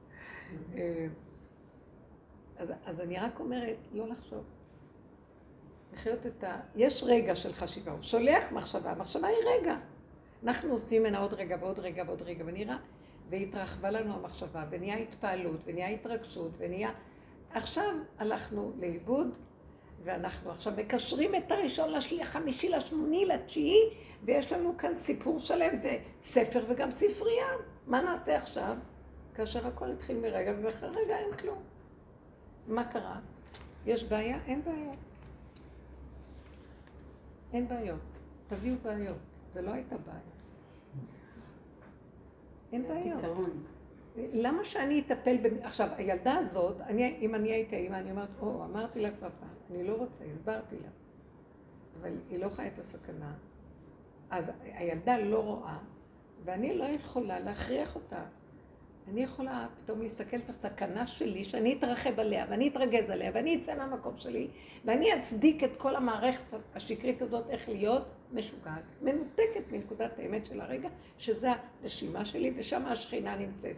אז אני רק אומרת, לא לחשוב. לחיות את יש רגע של חשיבה, הוא שולח מחשבה, המחשבה היא רגע. אנחנו עושים ממנה עוד רגע ועוד רגע ועוד רגע, ונראה, והתרחבה לנו המחשבה, ונהיה התפעלות, ונהיה התרגשות, ונהיה... עכשיו הלכנו לאיבוד, ואנחנו עכשיו מקשרים את הראשון לשני, החמישי, לשמוני, לתשיעי, ויש לנו כאן סיפור שלם, וספר וגם ספרייה. מה נעשה עכשיו? כאשר הכל התחיל מרגע, ובאחרי רגע אין כלום. מה קרה? יש בעיה? אין בעיה. אין בעיות. תביאו בעיות. זה לא הייתה בעיה. אין בעיות. למה שאני אטפל עכשיו, הילדה הזאת, אם אני הייתי אימא, אני אומרת, אמרתי לה כבר פעם, אני לא רוצה, הסברתי לה. אבל היא לא חיה את הסכנה. אז הילדה לא רואה, ואני לא יכולה להכריח אותה. אני יכולה פתאום להסתכל את הסכנה שלי, שאני אתרחב עליה, ואני אתרגז עליה, ואני אצא מהמקום שלי, ואני אצדיק את כל המערכת השקרית הזאת, איך להיות משוגעת, מנותקת מנקודת האמת של הרגע, שזה הנשימה שלי, ושם השכינה נמצאת.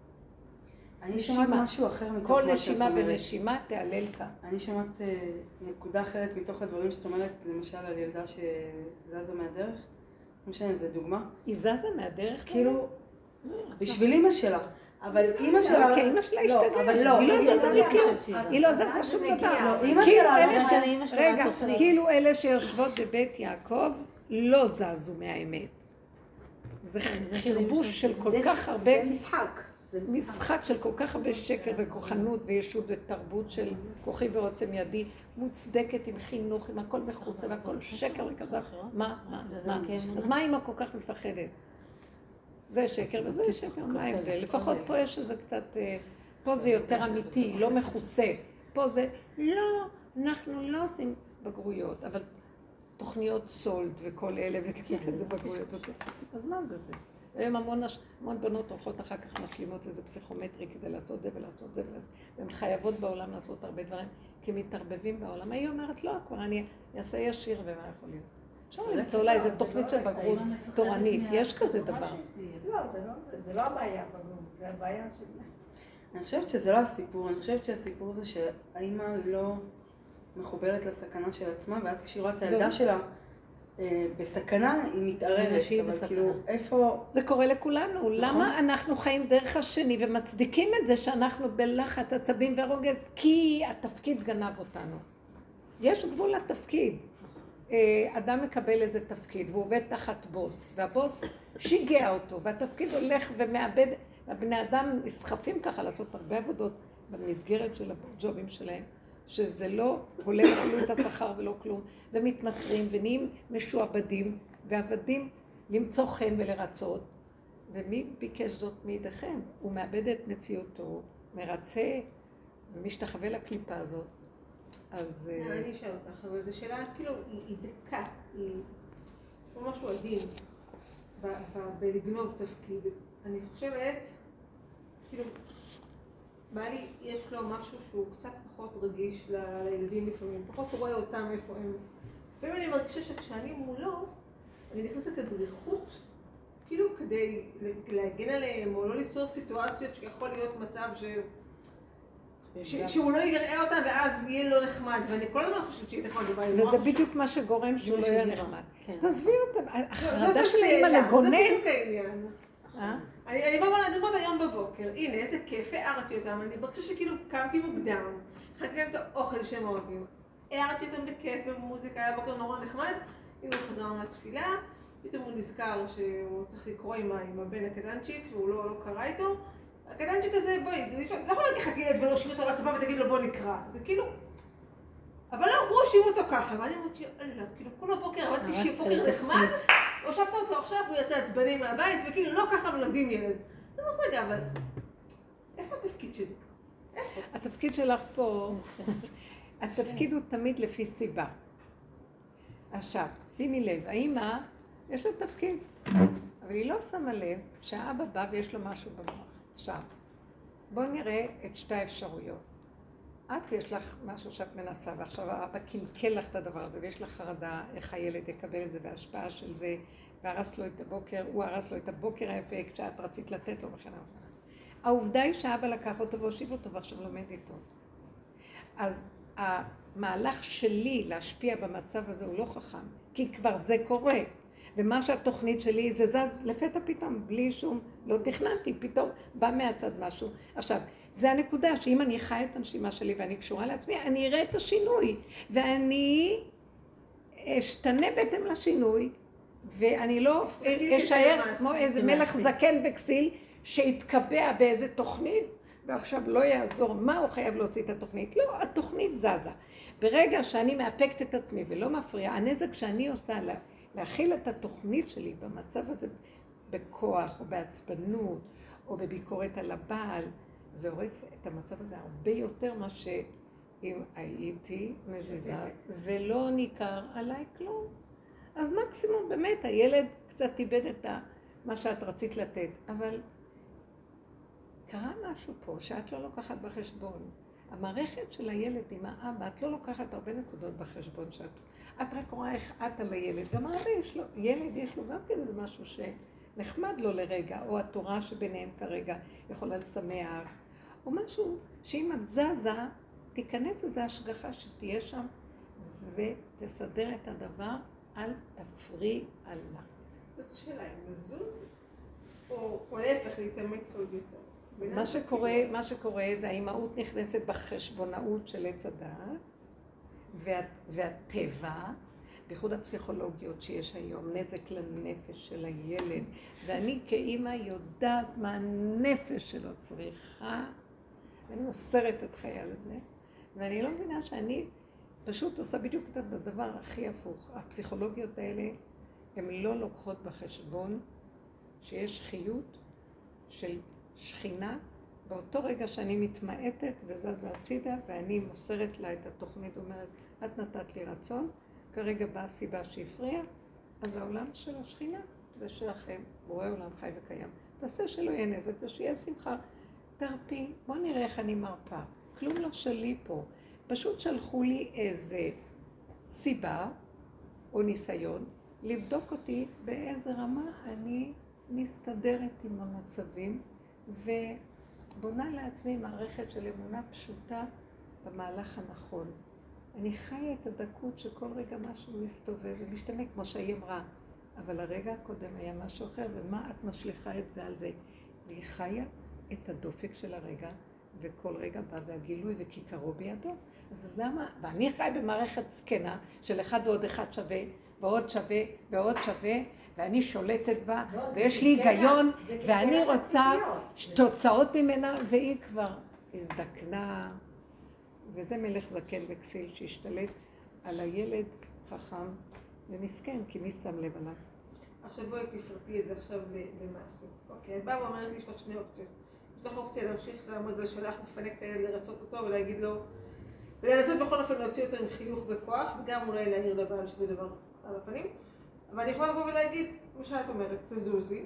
אני שומעת משהו אחר מתוך מה שאת אומרת. כל נשימה ונשימה תעלל כאן. אני שומעת נקודה אחרת מתוך הדברים שאת אומרת, למשל על ילדה שזזה מהדרך. לא משנה, זו דוגמה. היא זזה מהדרך? כאילו, בשביל אמא שלה. אבל אמא שלה... אוקיי, אמא שלה השתגעה. אבל לא. היא לא זזה מכלום. היא לא זזה שום דבר. אמא שלה... רגע, כאילו אלה שיושבות בבית יעקב לא זזו מהאמת. זה חרבוש של כל כך הרבה... זה משחק. משחק של כל כך הרבה שקר וכוחנות וישות ותרבות של כוחי ועוצם ידי, מוצדקת עם חינוך, עם הכל מכוסה והכל שקר וכזב. מה? אז מה אמא כל כך מפחדת? זה שקר וזה שקר, מה ההבדל? לפחות פה יש איזה קצת, פה זה יותר אמיתי, לא מכוסה. פה זה, לא, אנחנו לא עושים בגרויות, אבל תוכניות סולד וכל אלה וכאלה זה בגרויות. אז מה זה זה? והן המון בנות הולכות אחר כך משלימות איזה פסיכומטרי כדי לעשות זה ולעשות זה ולעשות. והן חייבות בעולם לעשות הרבה דברים, כי מתערבבים בעולם. היא אומרת, לא, כבר אני אעשה ישיר ומה יכול להיות. אפשר למצוא אולי איזו תוכנית של בגרות תורנית, יש כזה דבר. לא, זה לא הבעיה בגרות, זה הבעיה שלי. אני חושבת שזה לא הסיפור, אני חושבת שהסיפור זה שהאימא לא מחוברת לסכנה של עצמה, ואז כשהיא רואה את הילדה שלה, בסכנה היא מתערבת, אבל כאילו איפה... זה קורה לכולנו, למה אנחנו חיים דרך השני ומצדיקים את זה שאנחנו בלחץ עצבים ורוגז, כי התפקיד גנב אותנו. יש גבול לתפקיד. אדם מקבל איזה תפקיד והוא עובד תחת בוס, והבוס שיגע אותו, והתפקיד הולך ומאבד, הבני אדם נסחפים ככה לעשות הרבה עבודות במסגרת של הג'ובים שלהם. שזה לא הולך אפילו את השכר ולא כלום, ומתמסרים ונהיים משועבדים, ועבדים למצוא חן ולרצות. ומי ביקש זאת מידיכם? הוא מאבד את מציאותו, מרצה ומשתחווה לקליפה הזאת. אז... אני אשאל אותך, אבל זו שאלה כאילו היא דקה, היא משהו עדין בלגנוב תפקיד. אני חושבת, כאילו, בעלי יש לו משהו שהוא קצת פחות רגיש לילדים לפעמים, פחות רואה אותם איפה הם. לפעמים אני מרגישה שכשאני מולו, אני נכנסת לדריכות, כאילו כדי להגן עליהם או לא ליצור סיטואציות שיכול להיות מצב שהוא לא יראה אותם ואז יהיה לא נחמד, ואני כל הזמן חושבת שיהיה נחמד. וזה בדיוק מה שגורם שהוא לא יהיה נחמד. תעזבי אותם, החרדה של האמא לגונן. זה בדיוק העניין. אני אומרת היום בבוקר, הנה איזה כיף, הערתי אותם, אני מרגישה שכאילו קמתי מוקדם, הכנתי להם את האוכל שהם אוהבים, הערתי אותם בכיף במוזיקה, היה בוקר נורא נחמד, הנה הוא חזר מהתפילה, פתאום הוא נזכר שהוא צריך לקרוא עם הבן הקטנצ'יק, והוא לא קרא איתו, הקטנצ'יק הזה, בואי, לא יכול לקחת ילד ולא שיב אותו לצבא ותגיד לו בוא נקרא, זה כאילו, אבל לא, הוא הושיב אותו ככה, ואני אומרת שאללה, כאילו כל הבוקר עבדתי שיהיה בוקר נחמד, הושבת אותו עכשיו, הוא יצא עצבני מהבית, וכאילו לא ככה מלמדים ילד. אני אומרת רגע, אבל איפה התפקיד שלי? איפה? התפקיד שלך פה, התפקיד הוא תמיד לפי סיבה. עכשיו, שימי לב, האמא, יש לה תפקיד, אבל היא לא שמה לב שהאבא בא ויש לו משהו במוח. עכשיו, בואו נראה את שתי האפשרויות. את יש לך משהו שאת מנסה, ועכשיו האבא קלקל לך את הדבר הזה, ויש לך חרדה איך הילד יקבל את זה, וההשפעה של זה, והרס לו את הבוקר, הוא הרס לו את הבוקר היפה, כשאת רצית לתת לו וכן הלאה. העובדה היא שהאבא לקח אותו והושיב אותו, ועכשיו לומד איתו. אז המהלך שלי להשפיע במצב הזה הוא לא חכם, כי כבר זה קורה. ומה שהתוכנית שלי זה זז לפתע פתאום, בלי שום, לא תכננתי, פתאום בא מהצד משהו. עכשיו, זה הנקודה שאם אני חי את הנשימה שלי ואני קשורה לעצמי, אני אראה את השינוי, ואני אשתנה בהתאם לשינוי, ואני לא אשאר כמו איזה מלך זקן וכסיל שהתקבע באיזה תוכנית, ועכשיו לא יעזור מה הוא חייב להוציא את התוכנית. לא, התוכנית זזה. ברגע שאני מאפקת את עצמי ולא מפריעה, הנזק שאני עושה להכיל את התוכנית שלי במצב הזה בכוח או בעצבנות או בביקורת על הבעל, זה הורס את המצב הזה הרבה יותר מה שאם הייתי מזיזה ולא ניכר עליי כלום. אז מקסימום באמת הילד קצת איבד את מה שאת רצית לתת, אבל קרה משהו פה שאת לא לוקחת בחשבון. המערכת של הילד עם האבא, את לא לוקחת הרבה נקודות בחשבון את רק רואה איך את על הילד. גם האבא יש לו, ילד יש לו גם כן זה משהו שנחמד לו לרגע, או התורה שביניהם כרגע יכולה לשמח, או משהו שאם את זזה, תיכנס איזו השגחה שתהיה שם ותסדר את הדבר, אל תפריע לה. זאת השאלה, אם לזוז או להפך להתאמץ עוד יותר. מה שקורה זה האימהות נכנסת בחשבונאות של עץ הדעת והטבע, בייחוד הפסיכולוגיות שיש היום, נזק לנפש של הילד, ואני כאימא יודעת מה הנפש שלו צריכה, ואני מוסרת את חיי לזה, ואני לא מבינה שאני פשוט עושה בדיוק את הדבר הכי הפוך. הפסיכולוגיות האלה הן לא לוקחות בחשבון שיש חיות של שכינה באותו רגע שאני מתמעטת וזזה הצידה ואני מוסרת לה את התוכנית, אומרת, את נתת לי רצון, כרגע באה הסיבה שהפריעה, אז העולם של השכינה זה שלכם, בורא עולם חי וקיים. תעשה שלא יהיה נזק ושיהיה שמחה. תרפי, בוא נראה איך אני מרפא. כלום לא שלי פה. פשוט שלחו לי איזה סיבה או ניסיון לבדוק אותי באיזה רמה אני מסתדרת עם המצבים ובונה לעצמי מערכת של אמונה פשוטה במהלך הנכון. אני חיה את הדקות שכל רגע משהו מסתובב ומשתנה כמו שהיא אמרה, אבל הרגע הקודם היה משהו אחר, ומה את משליחה את זה על זה? והיא חיה את הדופק של הרגע, וכל רגע בא והגילוי וכיכרו בידו. אז למה? ואני חי במערכת זקנה של אחד ועוד אחד שווה, ועוד שווה, ועוד שווה, ואני שולטת בה, ויש לי היגיון, ואני רוצה תוצאות ממנה, והיא כבר הזדקנה, וזה מלך זקן וכסיל שהשתלט על הילד חכם ומסכן, כי מי שם לב עליו? עכשיו בואי תפרטי את זה עכשיו למעשה. אוקיי, את באה ואומרת לי, יש לך שני אופציות. יש לך אופציה להמשיך לעמוד על שלך, לפנק את הילד, לרצות אותו ולהגיד לו, ולנסות בכל אופן להוציא אותו עם חיוך וכוח, וגם אולי להעיר לבעל שזה דבר על הפנים. אבל אני יכולה לבוא ולהגיד, כמו שאת אומרת, תזוזי.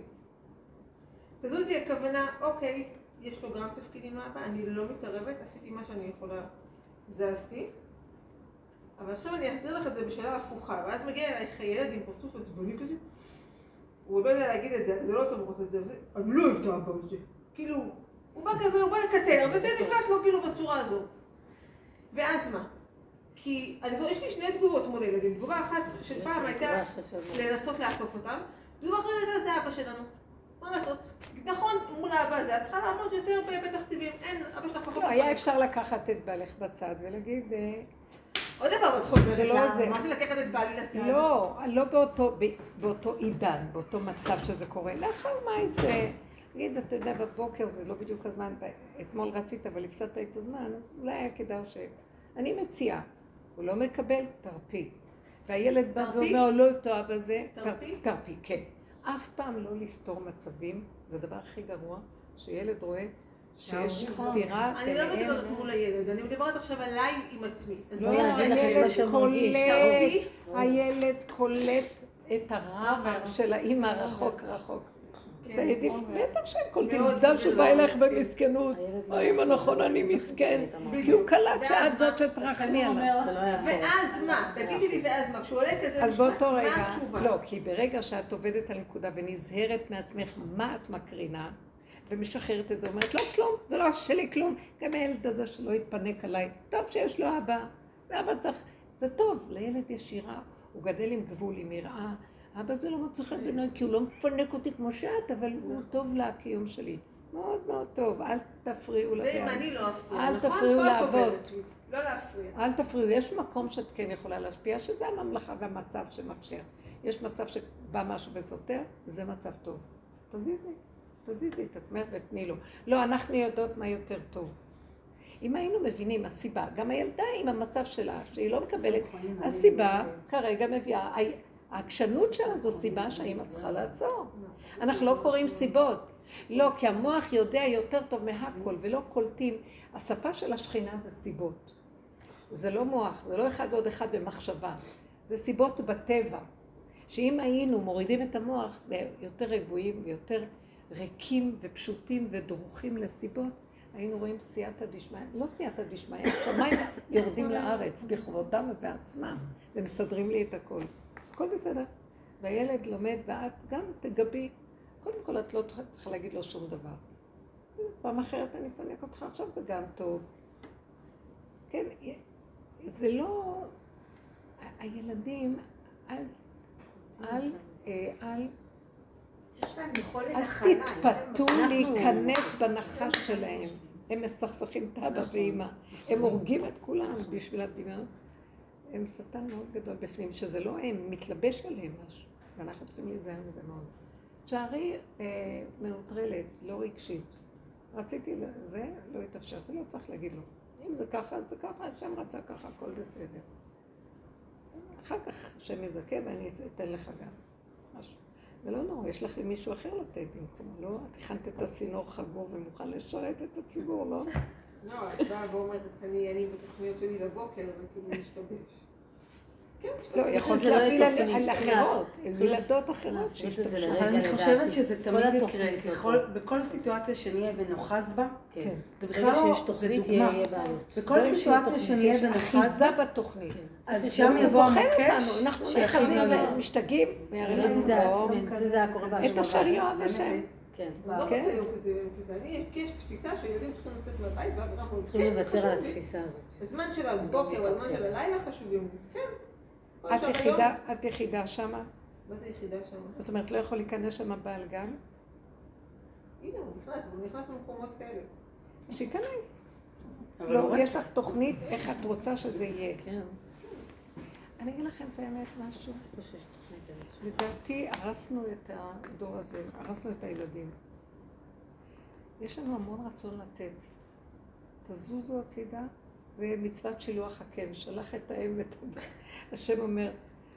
תזוזי הכוונה, אוקיי, יש לו גם תפקידים מהבא, אני לא מתערבת, עשיתי מה שאני יכולה, זזתי. אבל עכשיו אני אחזיר לך את זה בשאלה הפוכה, ואז מגיע אלייך ילד עם פרצוף עצבני כזה. הוא לא יודע להגיד את זה, הגדולות אומרות את זה, אני לא אוהב את האבא הזה. כאילו, הוא בא כזה, הוא בא לקטר, וזה נפלט לו כאילו בצורה הזו. ואז מה? כי יש לי שני תגובות מול הילדים. תגובה אחת של פעם הייתה לנסות לעטוף אותם, תגובה אחרת הייתה זה אבא שלנו. מה לעשות? נכון, מול האבא הזה, את צריכה לעמוד יותר בתכתיבים, אין, אבא שלך פחות. לא, היה אפשר לקחת את בעלך בצד ולהגיד... עוד דבר, את חוזרת לה, מה זה לקחת את בעלי לצד? לא באותו עידן, באותו מצב שזה קורה. לאחר מה זה... תגיד, אתה יודע, בבוקר זה לא בדיוק הזמן, אתמול רצית אבל הפסדת את הזמן, אז אולי היה כדאי אני מציעה, הוא לא מקבל, תרפי. והילד בא ואומר, לא תאהב בזה, תרפי, כן. אף פעם לא לסתור מצבים, זה הדבר הכי גרוע, שילד רואה שיש סתירה. אני לא מדברת מול הילד, אני מדברת עכשיו עליי עם עצמי. לא, הילד קולט את הרע של האמא רחוק רחוק. בטח שהם קולטים, עובדה שהוא בא אליך במסכנות, האמא נכון אני מסכן, כי הוא קלט שאת זאת שתרחמי עליו. ואז מה? תגידי לי ואז מה? כשהוא עולה כזה משפט, מה התשובה? לא, כי ברגע שאת עובדת על נקודה ונזהרת מעצמך מה את מקרינה, ומשחררת את זה, אומרת לא כלום, זה לא שלי כלום, גם הילד הזה שלא יתפנק עליי, טוב שיש לו אבא, ואבא צריך, זה טוב, לילד יש יראה, הוא גדל עם גבול, עם יראה, אבא זה לא מצא חן בעיניי, כי הוא לא מפנק אותי כמו שאת, אבל הוא טוב לקיום שלי. מאוד מאוד טוב, אל תפריעו זה אם אני לא אפריע, אל נכון? תפריעו פה את לעבוד. אומרת לי, לא להפריע. אל תפריעו, יש מקום שאת כן יכולה להשפיע, שזה הממלכה והמצב שמאפשר. יש מצב שבא משהו וסותר, זה מצב טוב. תזיזי את עצמך ותני לו. לא, אנחנו יודעות מה יותר טוב. אם היינו מבינים הסיבה, גם הילדה עם המצב שלה, שהיא לא מקבלת, הסיבה כרגע מביאה, העקשנות שלה זו סיבה שהאמא צריכה לעצור. אנחנו לא קוראים סיבות. לא, כי המוח יודע יותר טוב מהכל ולא קולטים. השפה של השכינה זה סיבות. זה לא מוח, זה לא אחד ועוד אחד במחשבה. זה סיבות בטבע. שאם היינו מורידים את המוח ויותר רגועים ויותר ריקים ופשוטים ודרוכים לסיבות, היינו רואים סייעתא דשמיא, לא סייעתא דשמיא, השמיים יורדים לארץ בכבודם ובעצמם ומסדרים לי את הכל. הכל בסדר. והילד לומד ואת גם תגבי. קודם כל את לא צריכה להגיד לו שום דבר. פעם אחרת אני אפנק אותך, עכשיו זה גם טוב. כן, זה לא... הילדים, אל יש להם יכולת אל הכלה. תתפתו להיכנס בנחש שלהם. הם מסכסכים את אבא ואמא. הם הורגים את כולם בשביל הדמיון. הם שטן מאוד גדול בפנים, שזה לא הם, מתלבש עליהם משהו. ואנחנו צריכים להיזהר מזה מאוד. שערי מנוטרלת, לא רגשית. רציתי לזה, לא התאפשר, ולא צריך להגיד לו. אם זה ככה, זה ככה, השם רצה ככה, הכל בסדר. אחר כך השם יזכה ואני אתן לך גם משהו. ולא נורא, יש לך למישהו אחר לתת במקומו, לא? את הכנת את הסינור חגור ומוכן לשרת את הציבור, לא? לא, את באה ואומרת, אני בתוכניות שלי לבוקר, וכאילו משתבש. לא, יכולת להפעיל על אחרות, ילדות אחרות שישתמשו. אבל אני חושבת שזה תמיד יקרה, בכל סיטואציה שנהיה ונוחז בה, זה בכלל לא, זה דוגמה. בכל סיטואציה שנהיה ונוחז אחיזה בתוכנית. אז שם יבוא המוקש, אנחנו נחזים ומשתגעים, מהרים לנו את אשר יאהב השם. כן. לא רוצה יום כזה, יש תפיסה שהילדים צריכים לצאת מהבית, ואנחנו צריכים לוותר על התפיסה הזאת. הזמן של הבוקר והזמן של הלילה חשובים. כן. את יחידה שמה? מה זה יחידה שמה? זאת אומרת, לא יכול להיכנס שם בעל גן? הנה, הוא נכנס במקומות כאלה. שיכנס. לא, יש לך תוכנית איך את רוצה שזה יהיה. כן. אני אגיד לכם את האמת משהו. לדעתי, הרסנו את הדור הזה, הרסנו את הילדים. יש לנו המון רצון לתת. תזוזו הצידה, זה מצוות שילוח הקן, שלח את האם ואת הבן. השם אומר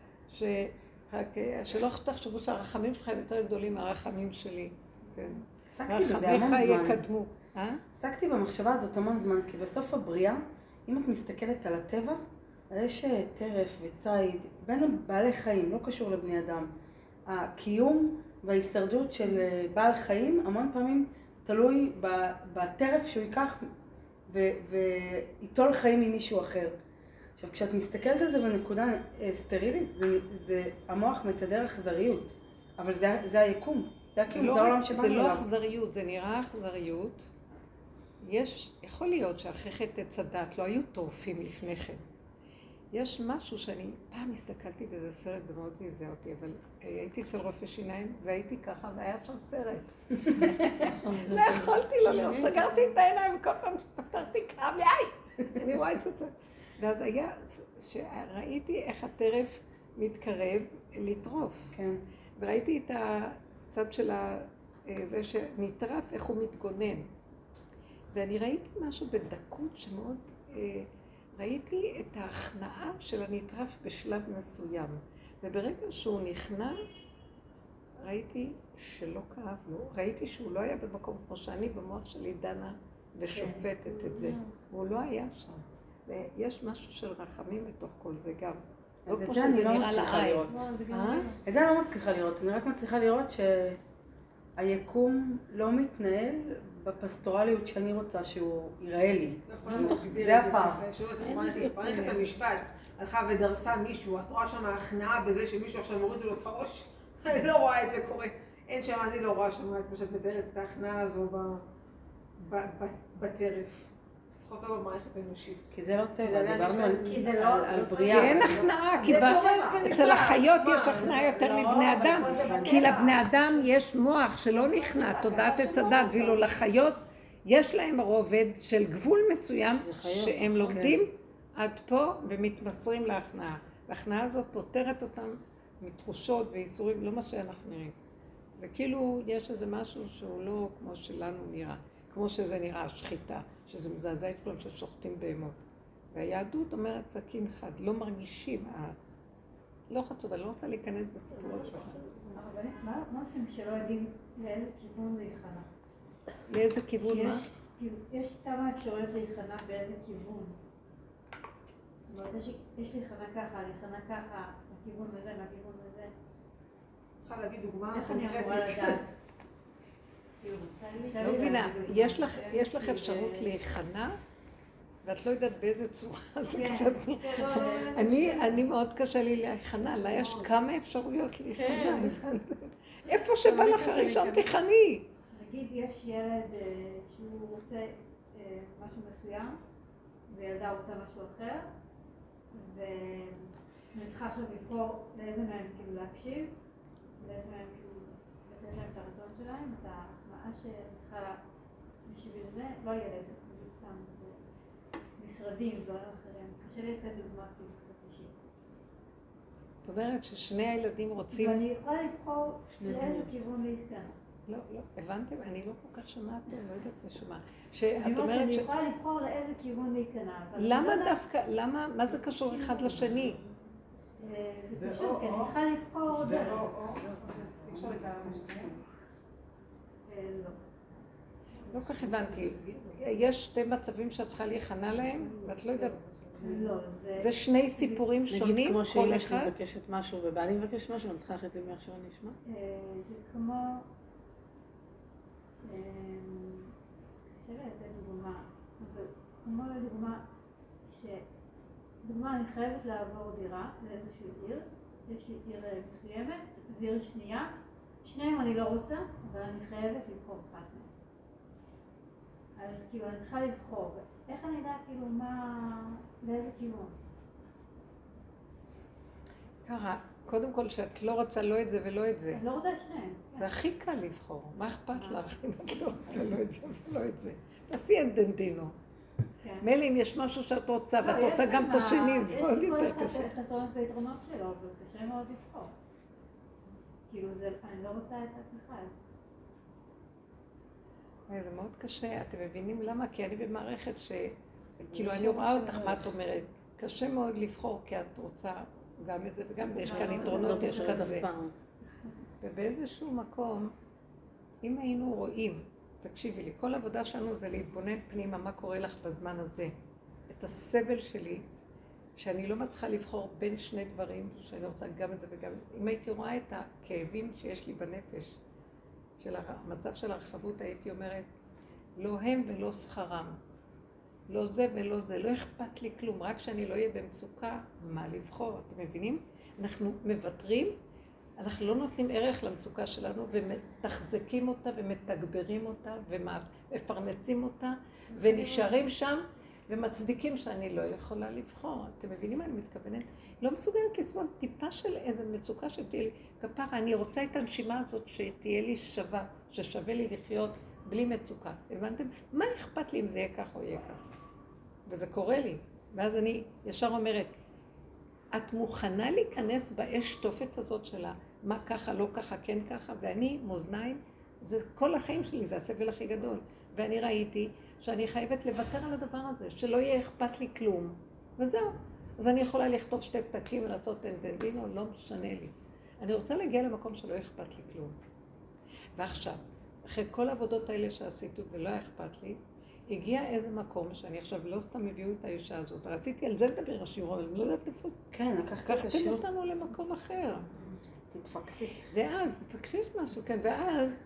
שלא תחשבו שהרחמים שלכם יותר גדולים מהרחמים שלי. עסקתי בזה המון זמן. יקדמו. עסקתי במחשבה הזאת המון זמן, כי בסוף הבריאה, אם את מסתכלת על הטבע, יש טרף וציד, בין בעלי חיים, לא קשור לבני אדם. הקיום וההישרדות של בעל חיים המון פעמים תלוי בטרף שהוא ייקח ויטול חיים ממישהו אחר. עכשיו, כשאת מסתכלת על זה בנקודה סטרילית, המוח מתדר אכזריות, אבל זה היקום. זה העולם שבאנו אליו. זה לא אכזריות, זה נראה אכזריות. יכול להיות שאחרי חטא עץ הדת לא היו טורפים לפני כן. יש משהו שאני פעם הסתכלתי באיזה סרט, זה מאוד זעזע אותי, אבל הייתי אצל רופא שיניים והייתי ככה והיה שם סרט. לא יכולתי לא לראות, סגרתי את העיניים וכל פעם שפתחתי כאב לי, אני רואה את זה. ואז היה שראיתי איך הטרף מתקרב לטרוף. כן. וראיתי את הצד של זה שנטרף, איך הוא מתגונן. ואני ראיתי משהו בדקות שמאוד... ראיתי את ההכנעה של הנטרף בשלב מסוים, וברגע שהוא נכנע, ראיתי שלא כאב לו, ראיתי שהוא לא היה במקום כמו שאני במוח שלי דנה ושופטת את זה, והוא לא היה שם. ויש משהו של רחמים בתוך כל זה גם. אז את זה אני לא מצליחה לראות. את זה אני לא מצליחה לראות, אני רק מצליחה לראות שהיקום לא מתנהל בפסטורליות שאני רוצה שהוא יראה לי. זה הפעם. מערכת המשפט הלכה ודרסה מישהו, את רואה שם ההכנעה בזה שמישהו עכשיו מוריד לו את הראש? אני לא רואה את זה קורה. אין שם, אני לא רואה שם את מה שאת מתארת, את ההכנעה הזו בטרף. לפחות לא במערכת האנושית. כי זה לא טבע, דיברנו כי זה לא- על כי בריאה. אין הכנעה, כי זה טורף ונפלא. אצל החיות מה? יש הכנעה יותר לא, מבני אדם, אבל זה כי בטבע. לבני אדם יש מוח שלא נכנע, תודעת עץ הדת, ואילו לחיות יש להם רובד של גבול מסוים זה חיות, שהם נכון. לומדים עד פה ומתמסרים להכנעה. וההכנעה הזאת פותרת אותם מתחושות ואיסורים, לא מה שאנחנו נראים. וכאילו יש איזה משהו שהוא לא כמו שלנו נראה, כמו שזה נראה, שחיטה, שזה מזעזע את כולם ששוחטים בהמות. והיהדות אומרת סכין חד, לא מרגישים, לא חצות, אני לא רוצה להיכנס בסיפורות שלך. הרבנית, מה עושים שלא יודעים לאיזה כיוון להיכנע? לאיזה כיוון מה? יש כמה אפשרויות להיכנע באיזה כיוון. זאת אומרת, יש להיכנע ככה, להיכנע ככה, מהכיוון הזה, מהכיוון הזה. צריכה להביא דוגמה איך אני אמורה קונקרטית. לדעת? לא מבינה, יש לך אפשרות להיכנע, ואת לא יודעת באיזה צורה, זה קצת... אני מאוד קשה לי להיכנע, לה יש כמה אפשרויות להיכנע. איפה שבא לך הראשון תיכני. נגיד יש ילד שהוא רוצה משהו מסוים, וילדה רוצה משהו אחר, ואני צריכה עכשיו לבחור לאיזה מהם כאילו להקשיב, לאיזה מהם כאילו לתת להם את הרצון שלהם, את ההכנעה שאני צריכה בשביל זה, לא ילד, נגיד סתם, זה משרדים, דברים אחרים. קשה לי לתת דוגמה כי זה קצת אישי. זאת אומרת ששני הילדים רוצים... ואני יכולה לבחור לאיזה כיוון להתכנע. לא, הבנתם? אני לא כל כך שומעת, אני לא יודעת משומע. אני שאת אומרת אומרת שאני יכולה לבחור לאיזה כיוון להיכנע. למה דווקא, מה זה קשור אחד לשני? זה קשור, כי אני צריכה לבחור דרך. אי אפשר לקרוא לשניהם. לא. לא כך הבנתי. יש שתי מצבים שאת צריכה להיכנע להם, ואת לא יודעת. לא, זה שני סיפורים נגיד שונים, כמו כל שאמא שלי אחד. מבקשת משהו ובעלי מבקש משהו, אני צריכה להחליט למי עכשיו אני אשמע. זה כמו... קשה לי לתת דוגמה, אבל כמו לדוגמה דוגמה, אני חייבת לעבור דירה לאיזושהי עיר, יש לי עיר מסוימת, ועיר שנייה, שניהם אני לא רוצה, אבל אני חייבת לבחור אחת מהם. אז כאילו אני צריכה לבחור, איך אני יודעת כאילו לאיזה כיוון? ככה, קודם כל שאת לא רוצה לא את זה ולא את זה. אני לא רוצה שניהם. זה הכי קל לבחור, מה אכפת לך אם את לא רוצה לא את זה ולא את זה? תעשי את דנדינו. מילא אם יש משהו שאת רוצה, ואת רוצה גם את השני, זה עוד יותר קשה. יש לי כל אחד חסרונות ויתרונות שלו, אבל קשה מאוד לבחור. כאילו, אני לא רוצה את אחד. זה מאוד קשה, אתם מבינים למה? כי אני במערכת כאילו אני רואה אותך, מה את אומרת? קשה מאוד לבחור, כי את רוצה גם את זה וגם זה, יש כאן יתרונות, יש כאן זה. ובאיזשהו מקום, אם היינו רואים, תקשיבי לי, כל העבודה שלנו זה להתבונן פנימה מה קורה לך בזמן הזה. את הסבל שלי, שאני לא מצליחה לבחור בין שני דברים, שאני רוצה גם את זה וגם... אם הייתי רואה את הכאבים שיש לי בנפש, של המצב של הרחבות, הייתי אומרת, לא הם ולא שכרם. לא זה ולא זה, לא אכפת לי כלום, רק שאני לא אהיה במצוקה, מה לבחור, אתם מבינים? אנחנו מוותרים, אנחנו לא נותנים ערך למצוקה שלנו ומתחזקים אותה ומתגברים אותה ומפרנסים אותה ונשארים שם ומצדיקים שאני לא יכולה לבחור. אתם מבינים מה אני מתכוונת? לא מסוגלת לסבול טיפה של איזו מצוקה שתהיה לי כפרה, אני רוצה את הנשימה הזאת שתהיה לי שווה, ששווה לי לחיות בלי מצוקה. הבנתם? מה אכפת לי אם זה יהיה כך או יהיה כך? וזה קורה לי. ואז אני ישר אומרת, את מוכנה להיכנס באש תופת הזאת שלה, מה ככה, לא ככה, כן ככה, ואני, מאזניים, זה כל החיים שלי, זה הסבל הכי גדול. ואני ראיתי שאני חייבת לוותר על הדבר הזה, שלא יהיה אכפת לי כלום. וזהו. אז אני יכולה לכתוב שתי פתקים ולעשות דנדינו, לא משנה לי. אני רוצה להגיע למקום שלא אכפת לי כלום. ועכשיו, אחרי כל העבודות האלה שעשיתי ולא אכפת לי, הגיע איזה מקום שאני עכשיו לא סתם הביאו את האישה הזאת. רציתי על זה לדבר השיעור, אני לא יודעת איפה... כן, לקחת את השיעור. לקחתם אותנו למקום אחר. תתפקסי. ואז, תפקשי משהו, כן, ואז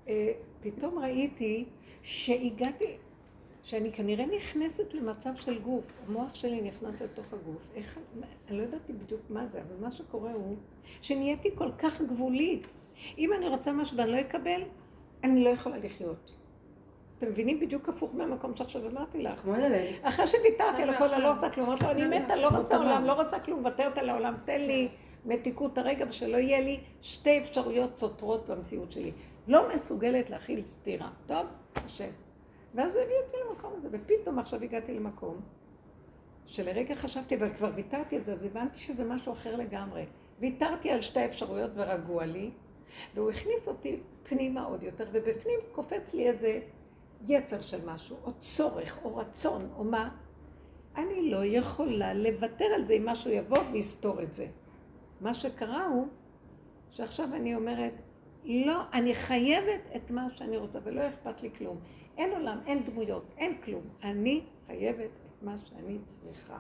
פתאום ראיתי שהגעתי, שאני כנראה נכנסת למצב של גוף. המוח שלי נכנס לתוך הגוף. איך, אני לא ידעתי בדיוק מה זה, אבל מה שקורה הוא שנהייתי כל כך גבולית. אם אני רוצה משהו ואני לא אקבל, אני לא יכולה לחיות. אתם מבינים בדיוק הפוך מהמקום שעכשיו אמרתי לך. כמו ילד. אחרי שוויתרתי על הכל, אני לא רוצה כלום. אמרתי לו, אני מתה, לא רוצה עולם, לא רוצה כלום, ותרת על העולם, תן לי מתיקות הרגע, ושלא יהיה לי שתי אפשרויות סותרות במציאות שלי. לא מסוגלת להכיל סתירה. טוב? השם. ואז הוא הביא אותי למקום הזה, ופתאום עכשיו הגעתי למקום, שלרגע חשבתי, אבל כבר ויתרתי על זה, אז הבנתי שזה משהו אחר לגמרי. ויתרתי על שתי אפשרויות ורגוע לי, והוא הכניס אותי פנימה עוד יותר, ובפנים קופץ לי איזה יצר של משהו, או צורך, או רצון, או מה. אני לא יכולה לוותר על זה אם משהו יבוא ויסתור את זה. מה שקרה הוא, שעכשיו אני אומרת, לא, אני חייבת את מה שאני רוצה, ולא אכפת לי כלום. אין עולם, אין דמויות, אין כלום. אני חייבת את מה שאני צריכה.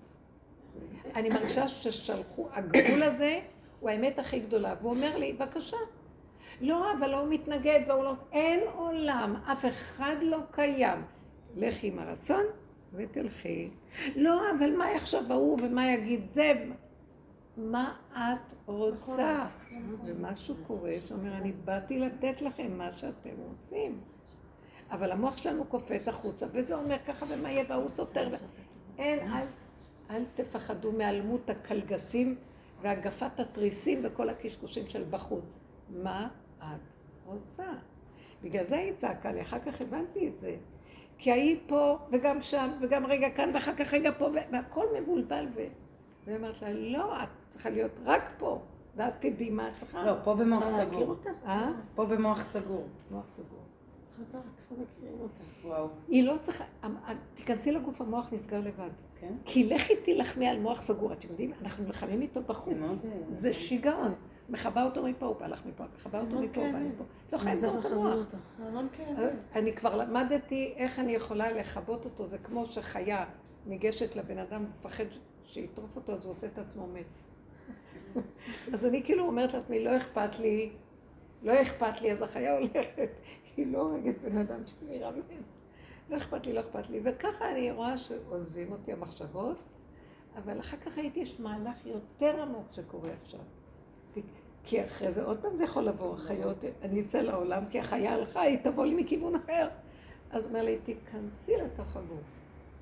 אני מרגישה ששלחו, הגבול הזה הוא האמת הכי גדולה, והוא אומר לי, בבקשה. לא, אבל הוא מתנגד, והוא לא... אין עולם, אף אחד לא קיים. לכי עם הרצון ותלכי. לא, אבל מה יחשוב ההוא ומה יגיד זה? מה את רוצה? ומשהו קורה שאומר, אני באתי לתת לכם מה שאתם רוצים. אבל המוח שלנו קופץ החוצה, וזה אומר ככה ומה יהיה, והוא סותר. אין, אל תפחדו מהלמות הקלגסים והגפת התריסים וכל הקשקושים של בחוץ. מה את רוצה? בגלל זה היא צעקה לי, אחר כך הבנתי את זה. כי היא פה וגם שם וגם רגע כאן ואחר כך רגע פה והכל מבולבל והיא אומרת לה, לא, את צריכה להיות רק פה ואז תדעי מה את צריכה. לא, פה במוח סגור. פה במוח סגור. מוח סגור. חזק, איפה מכירים אותה? וואו. היא לא צריכה, תיכנסי לגוף, המוח נסגר לבד. כן? כי לכי תלחמי על מוח סגור, אתם יודעים, אנחנו נלחמים איתו בחוץ. זה שיגעון. מחבא אותו מפה, הוא בא לך מפה, מחבא אותו מפה, הוא בא מפה. לא חייב לסגור את המוח. אני כבר למדתי איך אני יכולה לחבות אותו, זה כמו שחיה ניגשת לבן אדם ופחד שיטרוף אותו, אז הוא עושה את עצמו מת. אז אני כאילו אומרת לעצמי, לא אכפת לי, לא אכפת לי, אז החיה הולכת. היא לא הורגת בן אדם שנראה מת. לא אכפת לי, לא אכפת לי. וככה אני רואה שעוזבים אותי המחשבות, אבל אחר כך הייתי, יש מהלך יותר עמוק שקורה עכשיו. כי אחרי זה עוד פעם זה יכול לבוא, החיות, אני אצא לעולם, כי החיה הלכה, היא תבוא לי מכיוון אחר. אז אומר לי, תיכנסי לתוך הגוף.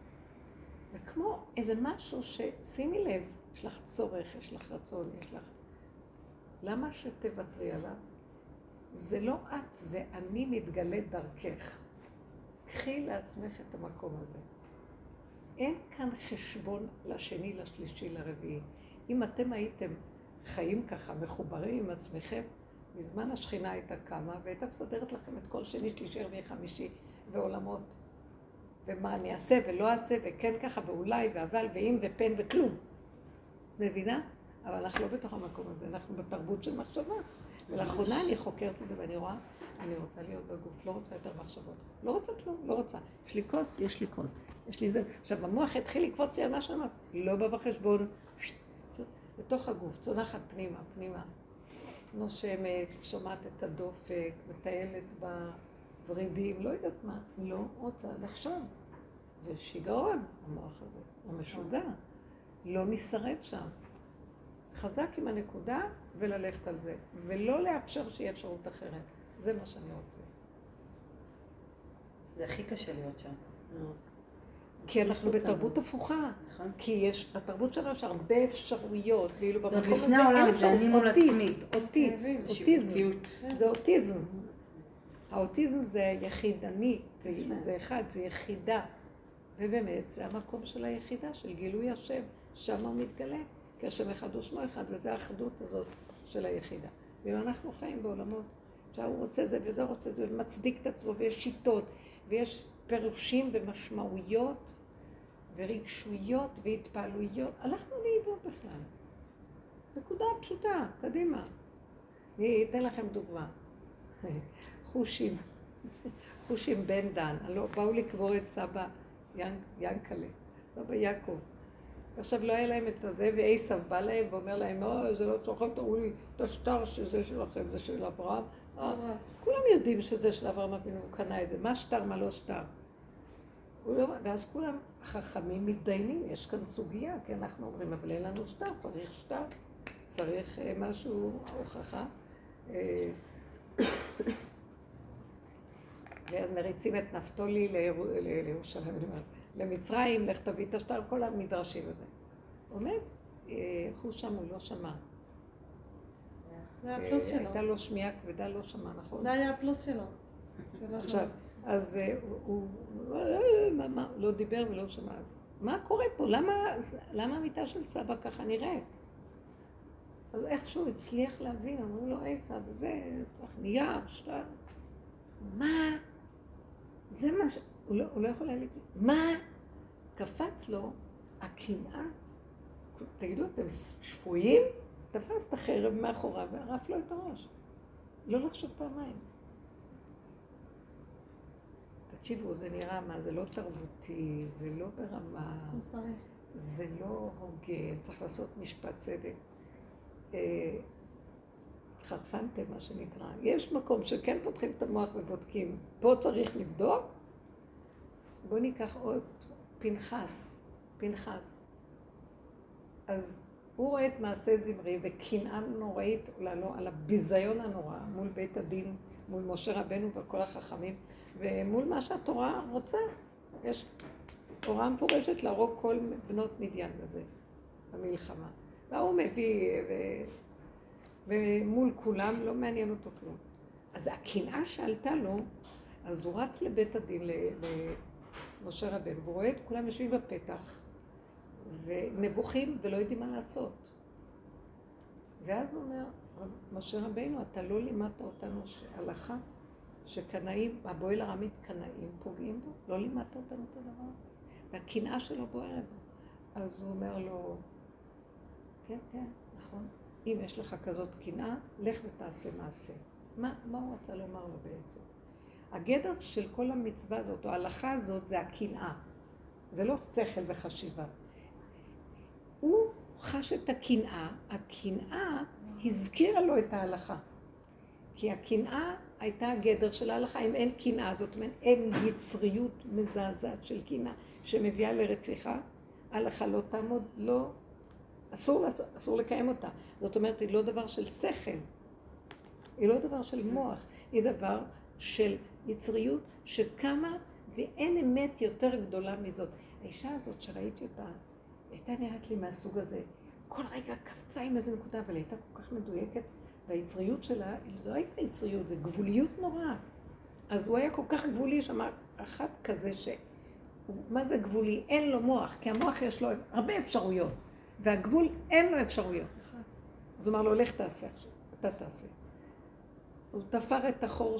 וכמו איזה משהו ששימי לב, יש לך צורך, יש לך רצון, יש לך... למה שתוותרי עליו? זה לא את, זה אני מתגלה דרכך. קחי לעצמך את המקום הזה. אין כאן חשבון לשני, לשלישי, לרביעי. אם אתם הייתם חיים ככה, מחוברים עם עצמכם, מזמן השכינה הייתה קמה, והייתה מסדרת לכם את כל שני, שלישי, רביעי, חמישי, ועולמות. ומה אני אעשה ולא אעשה, וכן ככה, ואולי, ואבל, ואם, ופן, וכלום. מבינה? אבל אנחנו לא בתוך המקום הזה, אנחנו בתרבות של מחשבה. ולאחרונה אני חוקרת את זה ואני רואה, אני רוצה להיות בגוף, לא רוצה יותר מחשבות. לא רוצה כלום, לא רוצה. יש לי כוס, יש לי כוס. יש לי זה. עכשיו, המוח התחיל לקפוץ לי על מה שאמרת. לא בא בחשבון. בתוך הגוף, צונחת פנימה, פנימה. נושמת, שומעת את הדופק, מטיילת בוורידים, לא יודעת מה. לא רוצה לחשוב. זה שיגעון, המוח הזה. הוא משוגע. לא נשרד שם. חזק עם הנקודה וללכת על זה, ולא לאפשר שיהיה אפשרות אחרת. זה מה שאני רוצה. זה הכי קשה להיות שם. כי אנחנו בתרבות הפוכה. כי יש, בתרבות שלנו יש הרבה אפשרויות, ואילו במקום הזה אין אפשרות. אוטיזם. זה אוטיזם. האוטיזם זה יחידני, זה אחד, זה יחידה. ובאמת זה המקום של היחידה, של גילוי השם. שם הוא מתגלה. כי השם אחד הוא שמו אחד, וזו האחדות הזאת של היחידה. ואם אנחנו חיים בעולמות שהוא רוצה זה וזה רוצה זה, ומצדיק את עצמו, ויש שיטות, ויש פירושים ומשמעויות, ורגשויות והתפעלויות, הלכנו לאיבוד בכלל. נקודה פשוטה, קדימה. אני אתן לכם דוגמה. חושים בן דן, באו לקבור את סבא ינקלה, סבא יעקב. עכשיו לא היה להם את הזה, ועשיו בא להם ואומר להם, זה לא שלכם, תראו לי את השטר שזה שלכם, זה של אברהם. כולם יודעים שזה של אברהם אבינו, הוא קנה את זה. מה שטר, מה לא שטר? ואז כולם החכמים מתדיינים, יש כאן סוגיה, כי אנחנו אומרים, אבל אין לנו שטר, צריך שטר, צריך משהו, הוכחה. ואז מריצים את נפתולי לירושלים, למצרים, לך תביא את השטר, כל המדרשים הזה. עומד, הוא שם, הוא לא שמע. זה הפלוס שלו. הייתה לו שמיעה כבדה, לא שמע, נכון? זה היה הפלוס שלו. עכשיו, אז הוא לא דיבר ולא שמע. מה קורה פה? למה המיטה של סבא ככה נראית? אז איכשהו הצליח להבין, אמרו לו, עשה, וזה, צריך נייר, שטר. מה? זה מה הוא לא יכול להגיד לי. מה? קפץ לו הקנאה. תגידו, אתם שפויים? תפס את החרב מאחורה וערף לו את הראש. לא לחשוב פעמיים. תקשיבו, זה נראה מה, זה לא תרבותי, זה לא ברמה, זה לא הוגן, צריך לעשות משפט צדק. התחרפנתם, מה שנקרא. יש מקום שכן פותחים את המוח ובודקים. פה צריך לבדוק. בואו ניקח עוד פנחס. אז הוא רואה את מעשה זמרי וקנאה נוראית עולה לו על הביזיון הנורא מול בית הדין, מול משה רבנו וכל החכמים, ומול מה שהתורה רוצה. יש הוראה מפורשת להרוג כל בנות מדיין בזה, במלחמה. והוא מביא, ומול כולם לא מעניין אותו כלום. אז הקנאה שעלתה לו, אז הוא רץ לבית הדין למשה רבנו, והוא רואה את כולם יושבים בפתח, ונבוכים ולא יודעים מה לעשות. ואז הוא אומר, משה רבנו, אתה לא לימדת אותנו שהלכה, שקנאים, הבועל הרמית קנאים פוגעים בו, לא לימדת אותנו את הדבר הזה. והקנאה שלו בוערת בו. אז הוא אומר לו, כן, נכון. אם יש לך כזאת קנאה, לך ותעשה מעשה. מה הוא רצה לומר לו בעצם? הגדר של כל המצווה הזאת, או ההלכה הזאת, זה הקנאה. זה לא שכל וחשיבה. הוא חש את הקנאה הזכירה לו את ההלכה. כי הקנאה הייתה הגדר של ההלכה. אם אין קנאה, זאת אומרת, אין יצריות מזעזעת של קנאה שמביאה לרציחה, ההלכה לא תעמוד, אסור לקיים אותה. זאת אומרת, היא לא דבר של שכל, היא לא דבר של מוח, היא דבר של יצריות שקמה, ואין אמת יותר גדולה מזאת. האישה הזאת שראיתי אותה, הייתה נראית לי מהסוג הזה. כל רגע קפצה עם איזה נקודה, אבל הייתה כל כך מדויקת, והיצריות שלה, היא לא הייתה יצריות, זה גבוליות נורא. אז הוא היה כל כך גבולי, שאמר, אחד כזה מה זה גבולי? אין לו מוח, כי המוח יש לו הרבה אפשרויות, והגבול אין לו אפשרויות. אז הוא אמר לו, לך תעשה עכשיו, אתה תעשה. הוא תפר את החור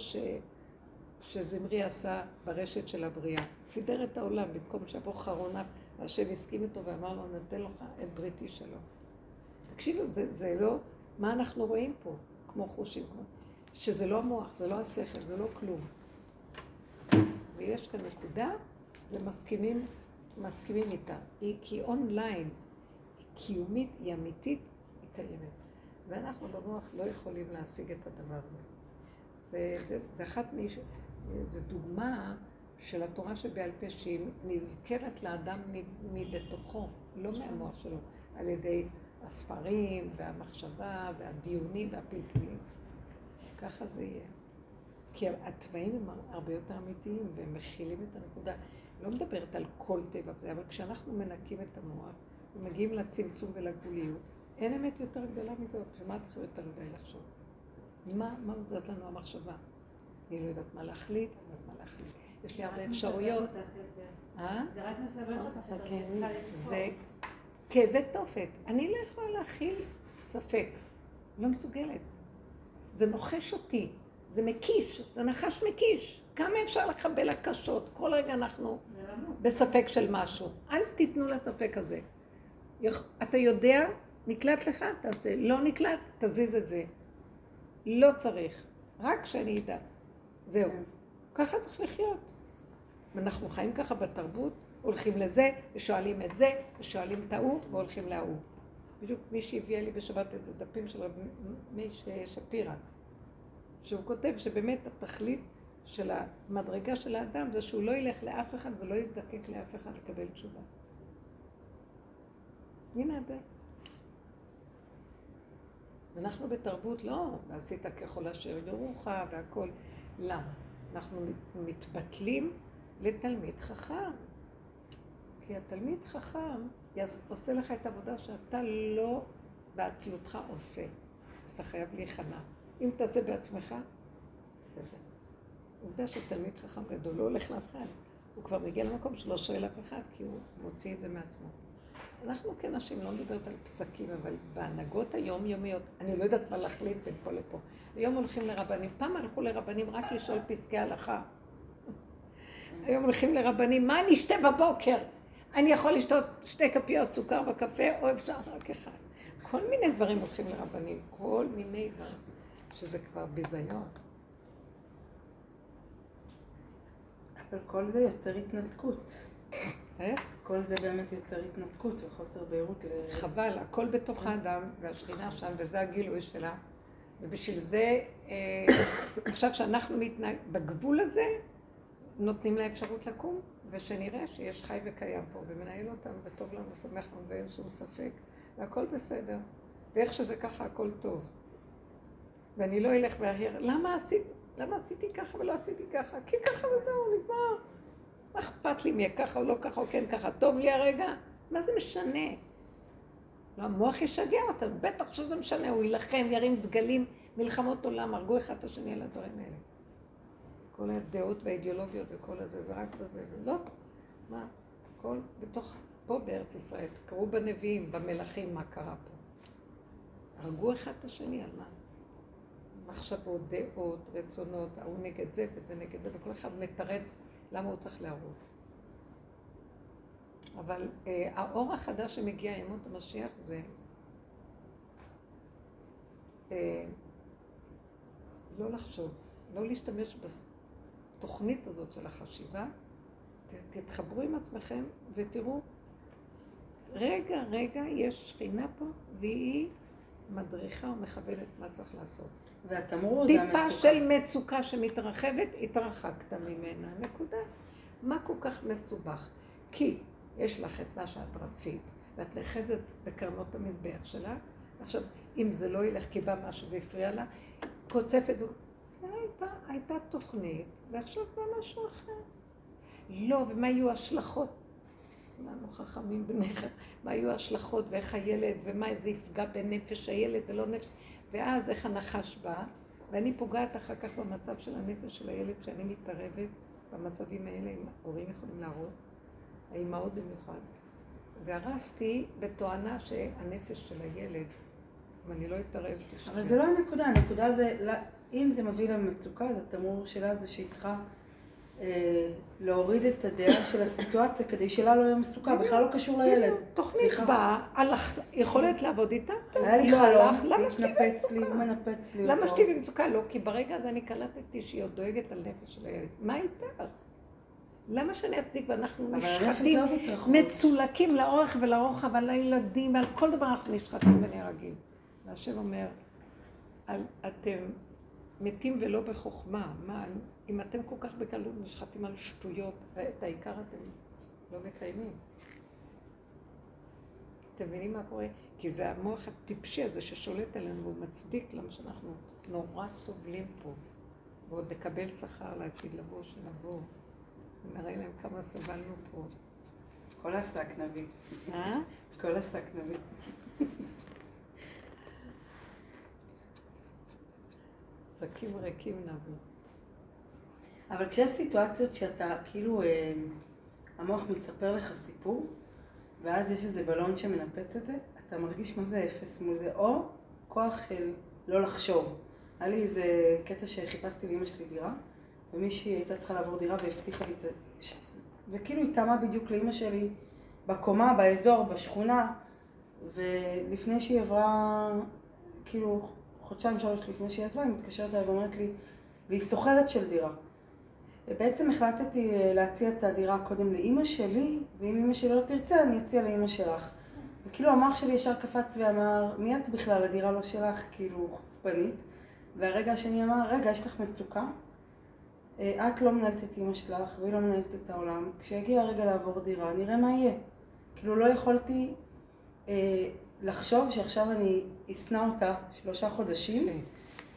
שזמרי עשה ברשת של הבריאה. סידר את העולם במקום שיבוא חרונה, והשם הסכים איתו ואמר לו, נתן לך את בריתי שלו. תקשיבו, זה לא, מה אנחנו רואים פה, כמו חושים, שזה לא המוח, זה לא השכל, זה לא כלום. ויש כאן נקודה, ומסכימים איתה. היא כי אונליין, היא קיומית, היא אמיתית, היא קיימת. ואנחנו במוח לא יכולים להשיג את הדבר הזה. זה דוגמה של התורה שבעל פה שהיא נזכרת לאדם מבתוכו, לא מהמוח שלו, על ידי הספרים והמחשבה והדיונים והפלפולים. ככה זה יהיה. כי התוואים הם הרבה יותר אמיתיים והם מכילים את הנקודה. לא מדברת על כל טבע וזה, אבל כשאנחנו מנקים את המוח ומגיעים לצמצום ולגבוליות, אין אמת יותר גדולה מזאת. שמה צריכים יותר מדי לחשוב? מה עוזרת לנו המחשבה? אני לא יודעת מה להחליט, אני לא יודעת מה להחליט. יש לי הרבה אפשרויות. זה רק מסבך אותך. זה כאבי תופת. אני לא יכולה להכיל ספק. לא מסוגלת. זה נוחש אותי. זה מקיש. זה נחש מקיש. כמה אפשר לקבל הקשות? כל רגע אנחנו בספק של משהו. אל תיתנו לספק הזה. אתה יודע, נקלט לך, תעשה. לא נקלט, תזיז את זה. לא צריך. רק שאני אדע. זהו. ככה צריך לחיות. ואנחנו חיים ככה בתרבות, הולכים לזה, ושואלים את זה, ושואלים את ההוא, והולכים להוא. בדיוק מי שהביאה לי בשבת איזה דפים של מי שפירא, שהוא כותב שבאמת התכלית של המדרגה של האדם זה שהוא לא ילך לאף אחד ולא יזדקק לאף אחד לקבל תשובה. הנה הדרך. ואנחנו בתרבות לא, ועשית ככל אשר יורוך והכל. למה? אנחנו מתבטלים לתלמיד חכם. כי התלמיד חכם עושה לך את העבודה שאתה לא בעצמותך עושה. אז אתה חייב להיכנע. אם תעשה בעצמך, זה. עובדה שתלמיד חכם גדול לא הולך לאף אחד. הוא כבר מגיע למקום שלא שואל אף אחד, כי הוא מוציא את זה מעצמו. אנחנו כנשים לא מדברת על פסקים, אבל בהנהגות היומיומיות, אני לא יודעת מה להחליט בין פה לפה. היום הולכים לרבנים, פעם הלכו לרבנים רק לשאול פסקי הלכה. היום הולכים לרבנים, מה אני אשתה בבוקר? אני יכול לשתות 2 כפיות סוכר בקפה, או אפשר רק אחד. כל מיני דברים הולכים לרבנים, כל מיני דברים, שזה כבר ביזיון. אבל כל זה יוצר התנתקות. איך? כל זה באמת יוצר התנתקות וחוסר בהירות חבל, הכל בתוך האדם, והשכינה שם, וזה הגילוי שלה. ובשביל זה, עכשיו שאנחנו בגבול הזה, נותנים לה אפשרות לקום, ושנראה שיש חי וקיים פה, ומנהל אותם, וטוב לנו, שמח לנו, ואין שום ספק, והכל בסדר. ואיך שזה ככה, הכל טוב. ואני לא אלך ואהיר, למה עשיתי ככה ולא עשיתי ככה? כי ככה וזהו, נגמר. מה אכפת לי אם יהיה ככה או לא ככה או כן ככה? טוב לי הרגע? מה זה משנה? לא, המוח ישגע אותנו, בטח שזה משנה, הוא ילחם, ירים דגלים, מלחמות עולם, הרגו אחד את השני על הדברים האלה. כל הדעות והאידיאולוגיות וכל הזה, זה רק בזה, לא, מה? הכל בתוך, פה בארץ ישראל, קראו בנביאים, במלכים, מה קרה פה. הרגו אחד את השני, על מה? מחשבות, דעות, רצונות, הוא נגד זה וזה נגד זה, וכל אחד מתרץ למה הוא צריך להרוג. אבל האור החדש שמגיע ימות המשיח זה לא לחשוב, לא להשתמש בתוכנית הזאת של החשיבה, תתחברו עם עצמכם ותראו, רגע, יש שכינה פה והיא מדריכה ומכוונת מה צריך לעשות. והתמרור זה המצוקה. טיפה של מצוקה שמתרחבת, התרחקת ממנה, נקודה. מה כל כך מסובך? כי יש לך את מה שאת רצית, ואת נחזת בקרנות המזבח שלה, עכשיו, אם זה לא ילך כי בא משהו והפריע לה, קוצפת, הייתה תוכנית, ועכשיו בא משהו אחר. לא, ומה יהיו השלכות? כולנו חכמים בניך, מה יהיו השלכות, ואיך הילד, ומה זה יפגע בנפש הילד ולא נפש, ואז איך הנחש בא, ואני פוגעת אחר כך במצב של הנפש של הילד, כשאני מתערבת במצבים האלה, אם ההורים יכולים להרוס, האימהות במיוחד. והרסתי בתואנה שהנפש של הילד, אם אני לא אתערב, תשמע. אבל זה לא הנקודה, הנקודה זה, אם זה מביא למצוקה, אז התמרור שלה זה שהיא צריכה להוריד את הדעה של הסיטואציה כדי שלה לא יהיה מסוכה, בכלל לא קשור לילד. תוכנית באה, יכולת לעבוד איתה, היה לי חלום, להתנפץ לי, הוא מנפץ לי אותו. למה שתהי במצוקה? לא, כי ברגע הזה אני קלטתי שהיא עוד דואגת על נפש של הילד. מה איתך? למה שאני אצדיק ואנחנו נשחטים, מצולקים לאורך ולרוחב על הילדים, ועל כל דבר אנחנו נשחטים ונהרגים. והשם אומר, אתם מתים ולא בחוכמה, מה, אם אתם כל כך בקלות נשחטים על שטויות, את העיקר אתם לא מקיימים. אתם מבינים מה קורה? כי זה המוח הטיפשי הזה ששולט עלינו, והוא מצדיק למה שאנחנו נורא סובלים פה, ועוד נקבל שכר לעתיד לבוא שנבוא. נראה להם כמה סבלנו פה. כל השק נביא. כל השק נביא. שקים ריקים נביא. אבל כשיש סיטואציות שאתה כאילו, המוח מספר לך סיפור, ואז יש איזה בלון שמנפץ את זה, אתה מרגיש מה זה אפס מול זה, או כוח של לא לחשוב. היה לי איזה קטע שחיפשתי לאמא שלי דירה, ומישהי הייתה צריכה לעבור דירה והבטיחה לי וכאילו היא טעמה בדיוק לאמא שלי בקומה, באזור, בשכונה, ולפני שהיא עברה, כאילו חודשיים שלוש לפני שהיא עזבה, היא מתקשרת אליי ואומרת לי, והיא סוחרת של דירה. ובעצם החלטתי להציע את הדירה קודם לאמא שלי, ואם אמא שלי לא תרצה, אני אציע לאמא שלך. וכאילו המוח שלי ישר קפץ ואמר, מי את בכלל, הדירה לא שלך, כאילו חוצפנית. והרגע השני אמר, רגע, יש לך מצוקה? את לא מנהלת את אמא שלך, והיא לא מנהלת את העולם. כשיגיע הרגע לעבור דירה, נראה מה יהיה. כאילו לא יכולתי לחשוב שעכשיו אני אסנע אותה 3 חודשים,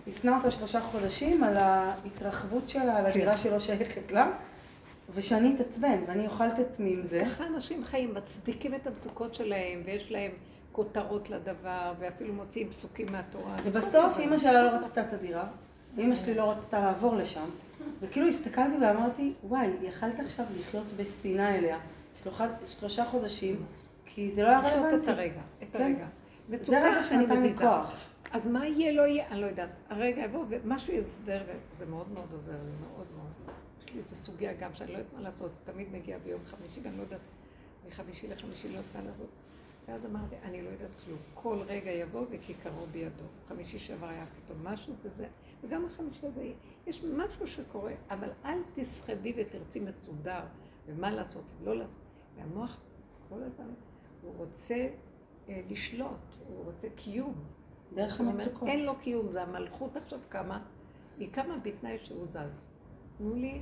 ישנא אותה 3 חודשים על ההתרחבות שלה, על הדירה שלא שייכת לה, ושאני אתעצבן, ואני אוכל את עצמי עם זה. ככה אנשים חיים, מצדיקים את המצוקות שלהם, ויש להם כותרות לדבר, ואפילו מוציאים פסוקים מהתורה. ובסוף אמא שלה לא רצתה את הדירה, ואמא שלי לא רצתה לעבור לשם, וכאילו הסתכלתי ואמרתי, וואי, יכלת עכשיו לחיות בסיני אליה 3 חודשים, כי זה לא היה רלוונטי. את הרגע, את הרגע. זה רגע שנתן לי כוח. אז מה יהיה, לא יהיה, אני לא יודעת. הרגע יבוא ומשהו יסדר, וזה מאוד מאוד עוזר לי, מאוד מאוד. יש לי את הסוגיה גם שאני לא יודעת מה לעשות, זה תמיד מגיע ביום חמישי, ואני לא יודעת מחמישי לחמישי לא יודעת מה לעשות. ואז אמרתי, אני לא יודעת כלום. כל רגע יבוא וכיכרו בידו. חמישי שעבר היה פתאום משהו וזה, וגם החמישי הזה, יש משהו שקורה, אבל אל תסחבי ותרצי מסודר, ומה לעשות, לא לעשות. והמוח כל הזמן, הוא רוצה לשלוט, הוא רוצה קיום. דרך המצוקות. אין לו קיום, זה המלכות עכשיו קמה, היא קמה בתנאי שהוא זז. תנו לי,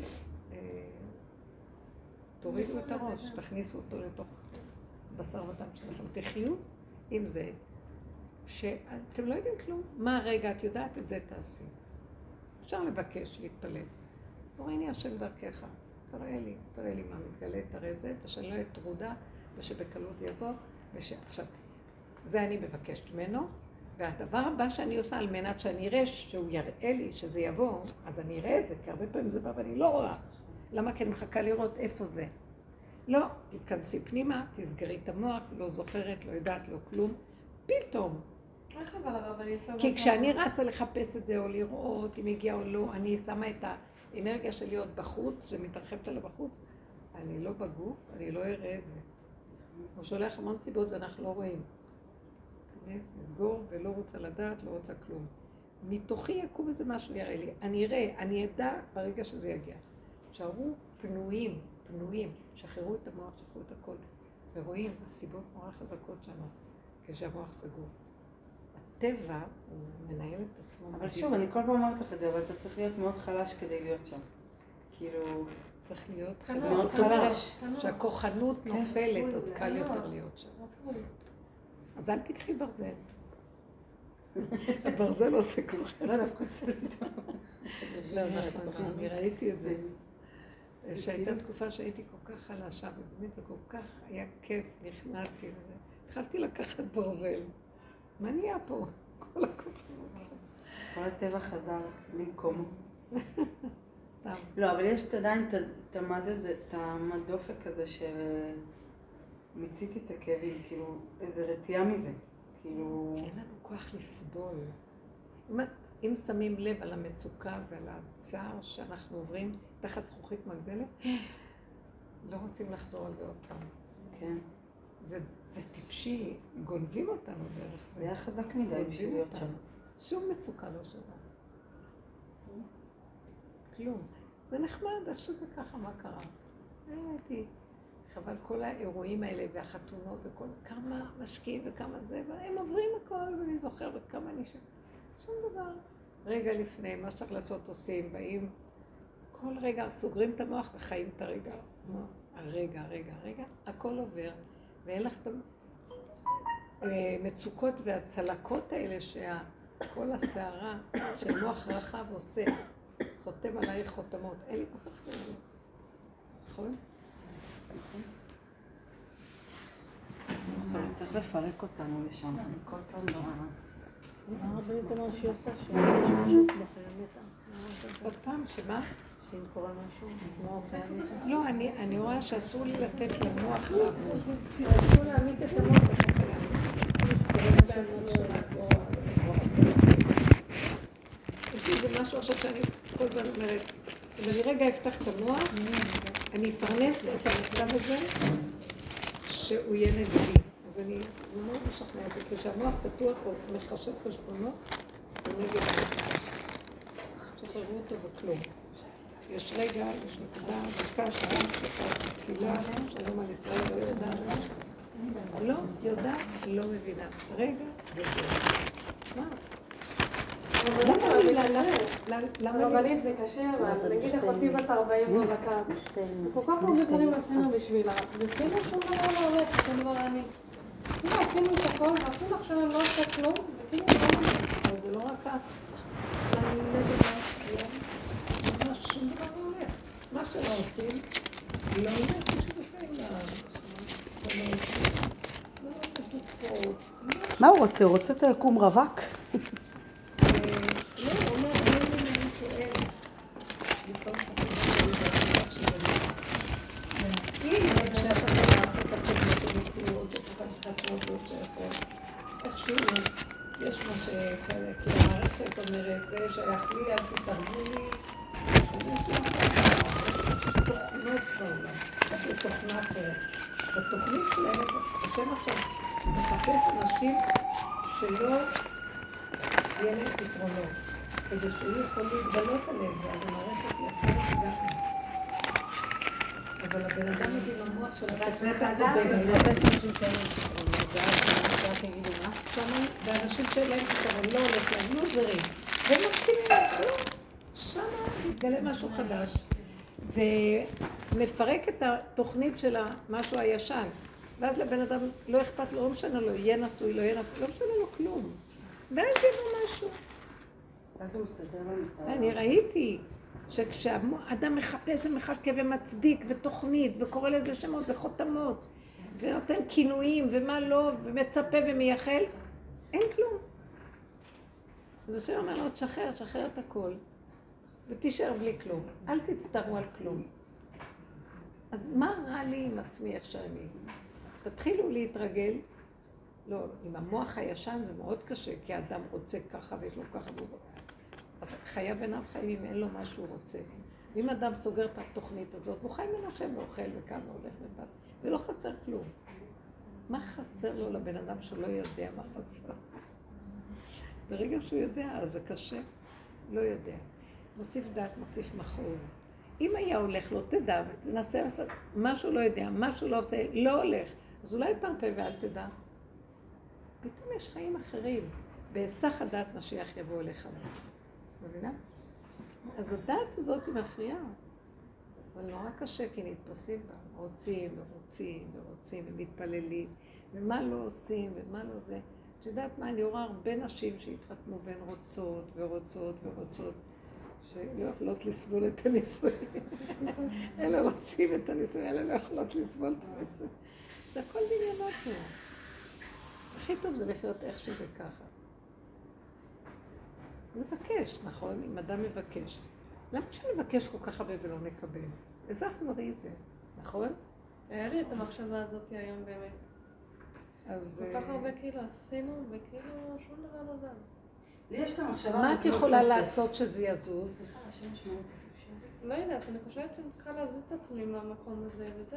תורידו את הראש, תכניסו אותו לתוך בשר ודם שלכם, תחיו עם זה, שאתם לא יודעים כלום. מה הרגע, את יודעת את זה תעשי. אפשר לבקש, להתפלל. תראיני השם דרכך, תראה לי מה מתגלה, תראה זה, ושאני לא אטרודה, ושבקלות יבוא, עכשיו, זה אני מבקשת ממנו, והדבר הבא שאני עושה על מנת שאני אראה שהוא יראה לי שזה יבוא, אז אני אראה את זה, כי הרבה פעמים זה בא ואני לא רואה. למה? כי אני מחכה לראות איפה זה. לא, תתכנסי פנימה, תסגרי את המוח, לא זוכרת, לא יודעת, לא כלום. פתאום. איך אבל הרב, אני אסוגר... כי כשאני רצה לחפש את זה או לראות אם הגיע או לא, אני שמה את האנרגיה שלי עוד בחוץ ומתרחבת עליו בחוץ. אני לא בגוף, אני לא אראה את זה. הוא שולח המון סיבות ואנחנו לא רואים. כנס, נסגור ולא רוצה לדעת, לא רוצה כלום. מתוכי יקום איזה משהו יראה לי. אני אראה, אני אדע ברגע שזה יגיע. שערו פנויים, שחררו את המוח, שחררו את הכל. ורואים, הסיבות נורא חזקות שם, כשהמוח סגור. הטבע, הוא מנהל את עצמו. אבל שוב, אני כל פעם אומרת לך את זה, אבל אתה צריך להיות מאוד חלש כדי להיות שם. כאילו... צריך להיות מאוד חלש. שהכוחנות נופלת, אז קל יותר להיות שם. אז אל תקחי ברזל. הברזל עושה כוחנות. לא דווקא עושה לי טוב. לא, נכון, אני ראיתי את זה. שהייתה תקופה שהייתי כל כך חלשה, ובאמת זה כל כך היה כיף, נכנעתי לזה. התחלתי לקחת ברזל. מה נהיה פה? כל הכוחנות. כל הטבע חזר למקומו. סתם. לא, אבל יש עדיין את המד דופק הזה של מיציתי את הכאבים, כאילו איזה רתיעה מזה, כאילו... אין לנו כוח לסבול. אם שמים לב על המצוקה ועל הצער שאנחנו עוברים תחת זכוכית מגדלת, לא רוצים לחזור על זה עוד פעם. כן. זה טיפשי, גונבים אותנו דרך זה. זה היה חזק מדי בשביל להיות שם. שום מצוקה לא שווה. כלום. זה נחמד, איך שזה ככה, מה קרה? הייתי, חבל כל האירועים האלה והחתונות וכל, כמה משקיעים וכמה זה, והם עוברים הכל, ואני זוכר וכמה אני שום דבר. רגע לפני, מה שצריך לעשות עושים, באים, כל רגע סוגרים את המוח וחיים את הרגע. הרגע, הכל עובר, ואין לך את המצוקות והצלקות האלה שכל הסערה שמוח רחב עושה. חותם עליי חותמות, אין לי כל כך חיים. נכון? צריך לפרק אותנו לשם, כל פעם לא... מה הרבנית אמר שהיא עושה? שיש משהו כמו חיה מתה. עוד פעם, שמה? שאם קורה משהו כמו חיה מתה. לא, אני רואה שאסור לי לתת למוח לעבוד. אסור להעמיד את המוח בחיה זה משהו עכשיו שאני כל הזמן אומרת, אם אני רגע אפתח את המוח, אני אפרנס את המצב הזה שהוא יהיה נגדי. אז אני מאוד משכנע אותי, כשהמוח פתוח או מחשב חשבונות, הוא נגד המוח. שחררו אותו בכלום. יש רגע, יש נקודה, דקה, שעה, תפילה, שלום על ישראל, לא יודעת. לא יודעת, לא מבינה. רגע, וזהו. מה? למה רבנית זה קשה, אבל נגיד אחותי בת 40 בבקר, וכל כך הרבה דברים עשינו בשבילה, ועשינו שום דבר לא הולך, שום דבר אני. כאילו עשינו את הכל, ואפילו עכשיו אני לא עושה כלום, וכאילו... אבל זה לא רק את. ממש שום דבר לא הולך. מה שלא עושים, לא הולך, יש לפעמים מה הוא רוצה? הוא רוצה את היקום רווק? לא, הוא אומר, אני שואל. אם המשך התורה, את הקודמות המציאות, את הקודמות שיכול, איכשהו, יש מה שכאלה, כי המערכת אומרת, זה שייך לי, אל תתערבו לי, יש תוכנות בעולם, יש לי תוכנה אחרת. בתוכנית שלהם, השם עכשיו מחפש אנשים שלא יהיה להם פתרונות, כדי שהוא יכול להתגלות עליהם, ואז המערכת היא אחרת גם. אבל הבן אדם מגיע במוח של התוכנית הקודמת. זה הרבה אנשים שאין להם פתרונות, ואז יגידו מה? ואנשים שאין להם פתרון, לא הולך להם, לא זרים. והם מסכימים להם, שמה מתגלה משהו חדש. ומפרק את התוכנית של המשהו הישן. ואז לבן אדם לא אכפת לו, לא משנה לו, יהיה נשוי, לא יהיה נשוי, לא משנה לו כלום. ואז יבוא משהו. אז הוא מסתדר לנו. אני ראיתי שכשאדם מחפש ומחכה ומצדיק ותוכנית וקורא לזה שמות וחותמות ונותן כינויים ומה לא ומצפה ומייחל, אין כלום. אז השם אומר לו, תשחרר את הכל ותישאר בלי כלום. אל תצטרו על כלום. אז מה רע לי עם עצמי איך שאני? תתחילו להתרגל. לא, עם המוח הישן זה מאוד קשה, כי האדם רוצה ככה ויש לו ככה והוא... אז חייו אינם חיים אם אין לו מה שהוא רוצה. ואם אדם סוגר את התוכנית הזאת, והוא חי מנשם ואוכל וכאן והולך לבד, ולא חסר כלום. מה חסר לו לבן אדם שלא יודע מה חסר? ברגע שהוא יודע, אז זה קשה. לא יודע. מוסיף דעת, מוסיף מכאוב. אם היה הולך לו, תדע ותנסה לעשות משהו לא יודע, משהו לא עושה, לא הולך. אז אולי תרפה ואל תדע. פתאום יש חיים אחרים. בהיסח הדעת משיח יבוא אליך. מבינה? אז הדעת הזאת היא מפריעה. אבל נורא קשה כי נתפסים בה. רוצים ורוצים ורוצים ומתפללים. ומה לא עושים ומה לא זה. את יודעת מה? אני רואה הרבה נשים שהתחתנו והן רוצות ורוצות ורוצות. שלא יכולות לסבול את הנישואים. אלה רוצים את הנישואים, אלה לא יכולות לסבול את הנישואים. זה הכל דמיונות פה. הכי טוב זה לחיות איך שזה ככה. מבקש, נכון? אם אדם מבקש. למה שנבקש כל כך הרבה ולא נקבל? איזה אכזרי זה, נכון? היה לי את המחשבה הזאת היום באמת. אז... כל כך הרבה כאילו עשינו וכאילו שום דבר לא זז. לי יש את המחשבה... מה את יכולה לעשות שזה יזוז? לא יודעת, אני חושבת שאני צריכה להזיז את עצמי מהמקום הזה וזהו.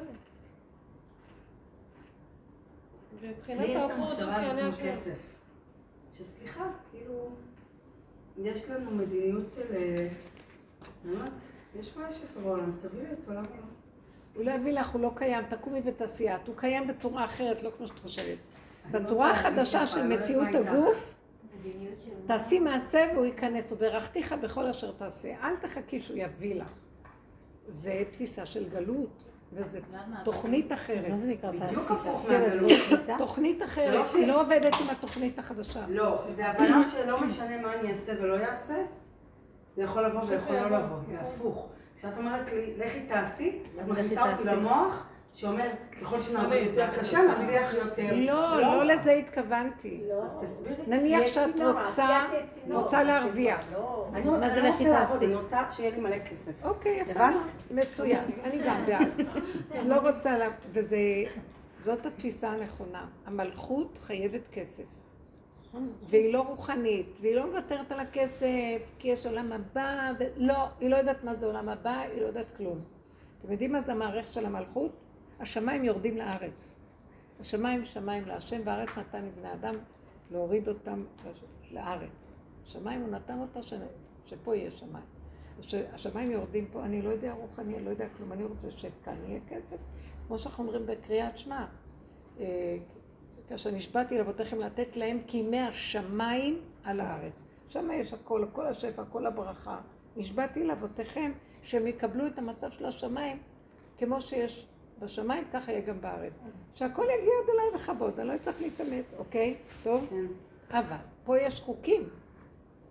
לי יש את המחשבה הזאת כסף. שסליחה, כאילו... יש לנו מדיניות של... באמת, יש מה שפר בעולם, תביא לי אותו, למה לא? הוא לא יביא לך, הוא לא קיים, תקומי ותעשייה. הוא קיים בצורה אחרת, לא כמו שאת חושבת. בצורה החדשה של מציאות הגוף, תעשי מעשה והוא ייכנס, וברכתיך בכל אשר תעשה. אל תחכי שהוא יביא לך. זה תפיסה של גלות, וזו תוכנית אחרת. מה זה נקרא? בדיוק הפוך מהגלות. תוכנית אחרת, היא לא עובדת עם התוכנית החדשה. לא, זה הבנה שלא משנה מה אני אעשה ולא יעשה, זה יכול לבוא ויכול לא לבוא, זה הפוך. כשאת אומרת לי, לכי תעשי, את מכניסה אותי למוח, שאומר, ככל שנעבוד יותר קשה, נרוויח יותר. לא, לא לזה התכוונתי. אז תסבירי. נניח שאת רוצה להרוויח. מה זה לכי תעשי? אני רוצה שיהיה לי מלא כסף. אוקיי, הבנת? מצוין, אני גם בעד. לא רוצה, וזאת התפיסה הנכונה. המלכות חייבת כסף. והיא לא רוחנית, והיא לא מוותרת על הכסף, כי יש עולם הבא, לא, היא לא יודעת מה זה עולם הבא, היא לא יודעת כלום. אתם יודעים מה זה המערכת של המלכות? השמיים יורדים לארץ. השמיים שמיים להשם, והארץ נתן לבני אדם להוריד אותם לארץ. השמיים הוא נתן אותה שפה יהיה שמיים. השמיים יורדים פה, אני לא יודע רוחני, אני לא יודע כלום, אני רוצה שכאן יהיה כסף. כמו שאנחנו אומרים בקריאת שמע, כאשר נשבעתי לאבותיכם לתת להם כימי השמיים על הארץ. שם יש הכל, כל השפע, כל הברכה. נשבעתי לאבותיכם שהם יקבלו את המצב של השמיים כמו שיש בשמיים, ככה יהיה גם בארץ. שהכל יגיע עד אליי בכבוד, אני לא צריך להתאמץ, אוקיי? טוב? כן. אבל פה יש חוקים.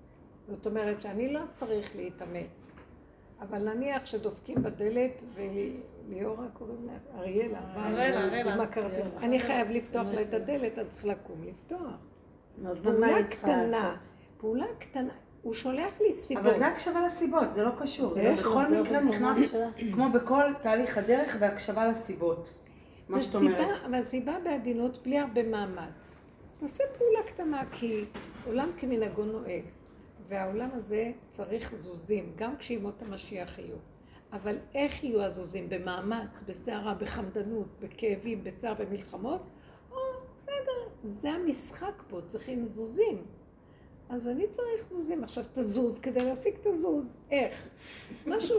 זאת אומרת שאני לא צריך להתאמץ. אבל נניח שדופקים בדלת, וליאורה קוראים לה, אריאלה, עם הכרטיס, אני חייב לפתוח לה את הדלת, אז צריך לקום לפתוח. פעולה קטנה, פעולה קטנה, הוא שולח לי סיבות. אבל זה הקשבה לסיבות, זה לא קשור. זה בכל מקרה נכנס, כמו בכל תהליך הדרך, והקשבה לסיבות. מה שאת אומרת. אבל סיבה בעדינות בלי הרבה מאמץ. תעשה פעולה קטנה, כי עולם כמנהגו נוהג. והעולם הזה צריך זוזים, גם כשימות המשיח יהיו. אבל איך יהיו הזוזים? במאמץ, בסערה, בחמדנות, בכאבים, בצער, במלחמות? בסדר, זה המשחק פה, צריכים זוזים. אז אני צריך זוזים. עכשיו תזוז כדי להשיג תזוז. איך? משהו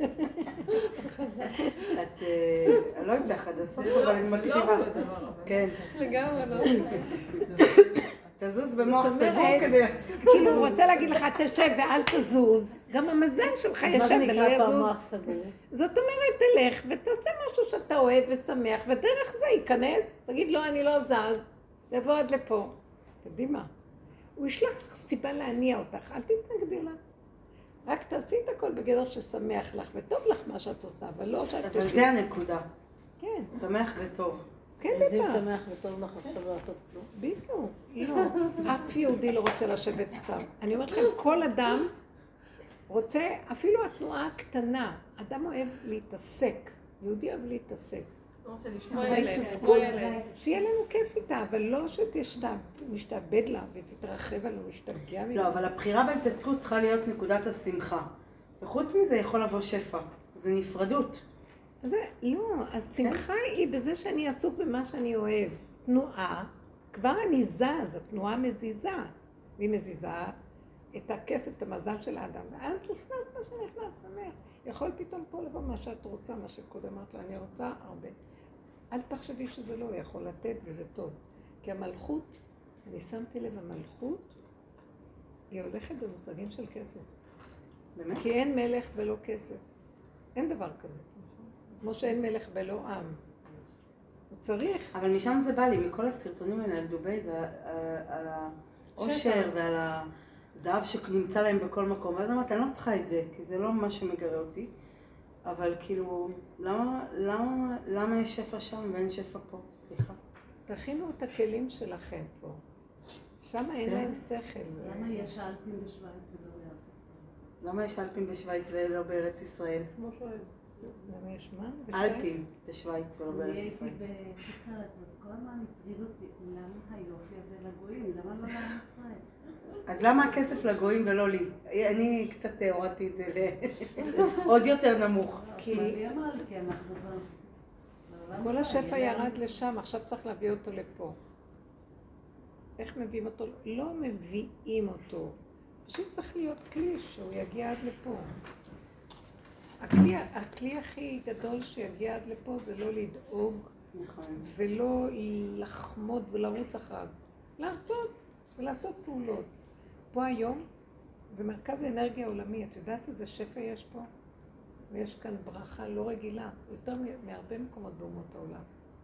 את לא איתך עד הסוף, אבל אני מקשיבה. כן. לגמרי לא. תזוז במוח סגור כדי להשיג תזוז. כאילו הוא רוצה להגיד לך תשב ואל תזוז. גם המזל שלך ישב ולא יזוז. זאת אומרת תלך ותעשה משהו שאתה אוהב ושמח, ודרך זה ייכנס. תגיד לו אני לא זז, זה יבוא עד לפה. קדימה. הוא ישלח לך סיבה להניע אותך, אל תתנגדי לה. רק תעשי את הכל בגדר ששמח לך וטוב לך מה שאת עושה, אבל לא שאת תשבי. אבל זה הנקודה. כן. שמח וטוב. כן, אז אם בטח. שמח וטוב לך עכשיו לעשות כלום. בדיוק. לא. אף יהודי לא רוצה לשבת סתם. אני אומרת לכם, כל אדם רוצה, אפילו התנועה הקטנה, אדם אוהב להתעסק. יהודי אוהב להתעסק. אז ההתעסקות, שיהיה לנו כיף איתה, אבל לא שתשתעבד לה ותתרחב עליו, משתגע ממנו. לא, אבל הבחירה בהתעסקות צריכה להיות נקודת השמחה. וחוץ מזה יכול לבוא שפע. זה נפרדות. לא, השמחה היא בזה שאני עסוק במה שאני אוהב. תנועה, כבר אני זז, התנועה מזיזה. והיא מזיזה את הכסף, את המזל של האדם. ואז נכנס מה שנכנס, שמח. יכול פתאום פה לבוא מה שאת רוצה, מה שקודם אמרת לה, אני רוצה הרבה. אל תחשבי שזה לא יכול לתת וזה טוב. כי המלכות, אני שמתי לב, המלכות, היא הולכת במושגים של כסף. באמת? כי אין מלך בלא כסף. אין דבר כזה. כמו שאין מלך בלא עם. הוא צריך. אבל משם זה בא לי, מכל הסרטונים האלה על דובי ועל העושר ועל הזהב שנמצא להם בכל מקום. ואז אמרת, אני לא צריכה את זה, כי זה לא מה שמגרה אותי. אבל כאילו, למה יש שפע שם ואין שפע פה? סליחה. תכינו את הכלים שלכם פה. שם אין להם שכל. למה יש אלפים בשוויץ ולא בארץ ישראל? למה יש אלפים בשוויץ ולא בארץ ישראל? כמו שואל. למה יש מה? בשוויץ? אלפים בשוויץ ולא בארץ ישראל. אני הייתי בחצרת, וכל הזמן הטריד אותי, למה היופי הזה לגויים? למה לא לעם ישראל? אז למה הכסף לגויים ולא לי? אני קצת הורדתי את זה לעוד יותר נמוך. כי מי אמר לי? כי אנחנו כל השפע ירד לשם, עכשיו צריך להביא אותו לפה. איך מביאים אותו? לא מביאים אותו. פשוט צריך להיות כלי שהוא יגיע עד לפה. הכלי הכי גדול שיגיע עד לפה זה לא לדאוג ולא לחמוד ולרוץ אחריו. להרפות ולעשות פעולות. פה היום זה מרכז האנרגיה העולמי. את יודעת איזה שפע יש פה? ויש כאן ברכה לא רגילה, יותר מהרבה מקומות באומות העולם.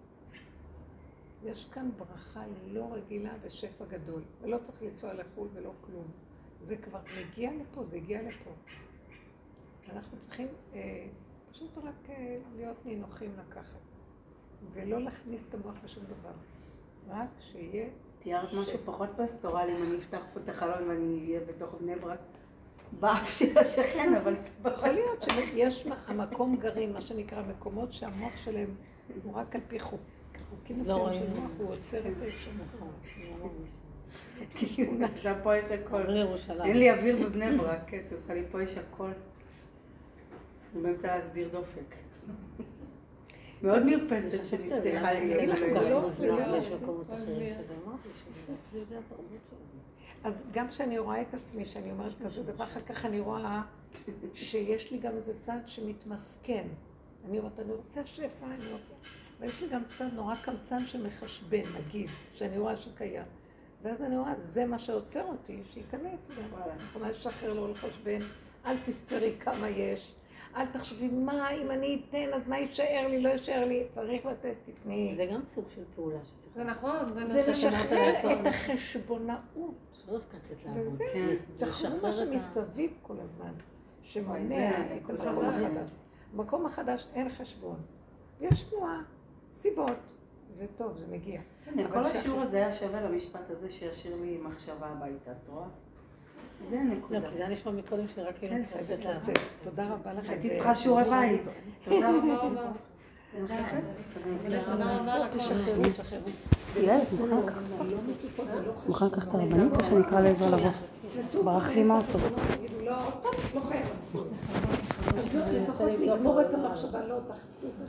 יש כאן ברכה לא רגילה ושפע גדול, ולא צריך לנסוע לחו"ל ולא כלום. זה כבר מגיע לפה, זה הגיע לפה. אנחנו צריכים פשוט רק להיות נינוחים לקחת, ולא להכניס את המוח בשום דבר. רק שיהיה... תיארת משהו פחות פסטורלי, אם אני אפתח פה את החלום ואני אהיה בתוך בני ברק. באף של השכן, אבל זה יכול להיות שיש המקום גרים, מה שנקרא מקומות שהמוח שלהם הוא רק על פי חוקים מסוים של מוח, הוא עוצר את האפשרות. פה יש הכל. אין לי אוויר בבני ברק, את עושה לי פה יש הכל. אני באמצע להסדיר דופק. מאוד מרפסת שנצטריכה לי. אז גם כשאני רואה את עצמי, שאני אומרת כזה דבר, אחר כך אני רואה שיש לי גם איזה צד שמתמסכן. אני אומרת, אני רוצה שפע, אני רוצה... ויש לי גם צד נורא קמצן שמחשבן, נגיד, שאני רואה שקיים. ואז אני רואה, זה מה שעוצר אותי, שייכנס. אני יכולה לשחרר לו לחשבן, אל תספרי כמה יש, אל תחשבי מה, אם אני אתן, אז מה יישאר לי, לא יישאר לי, צריך לתת, תתני. זה גם סוג של פעולה שצריך. זה נכון, זה לשחרר את החשבונאות. לא דווקא לצאת לעבוד. וזה, תחשבו מה שמסביב כל הזמן, שמונע את המקום החדש. במקום החדש אין חשבון. יש תנועה, סיבות. זה טוב, זה מגיע. כל השיעור הזה היה שווה למשפט הזה שישאיר לי מחשבה הביתה, את רואה? זה הנקודה. לא, כי זה היה נשמע מקודם שרק כאילו צריכה לצאת לעבוד. תודה רבה לך. הייתי צריכה שיעורי בית. תודה רבה. תודה רבה לכל. תשחררו. יאללה, מוכן לקחת את הרבנית או שנקרא לעזר לבוא? ברח לי מהאוטו. לא חייבת. אז לפחות לגמור את המחשבה, לא תחתוך.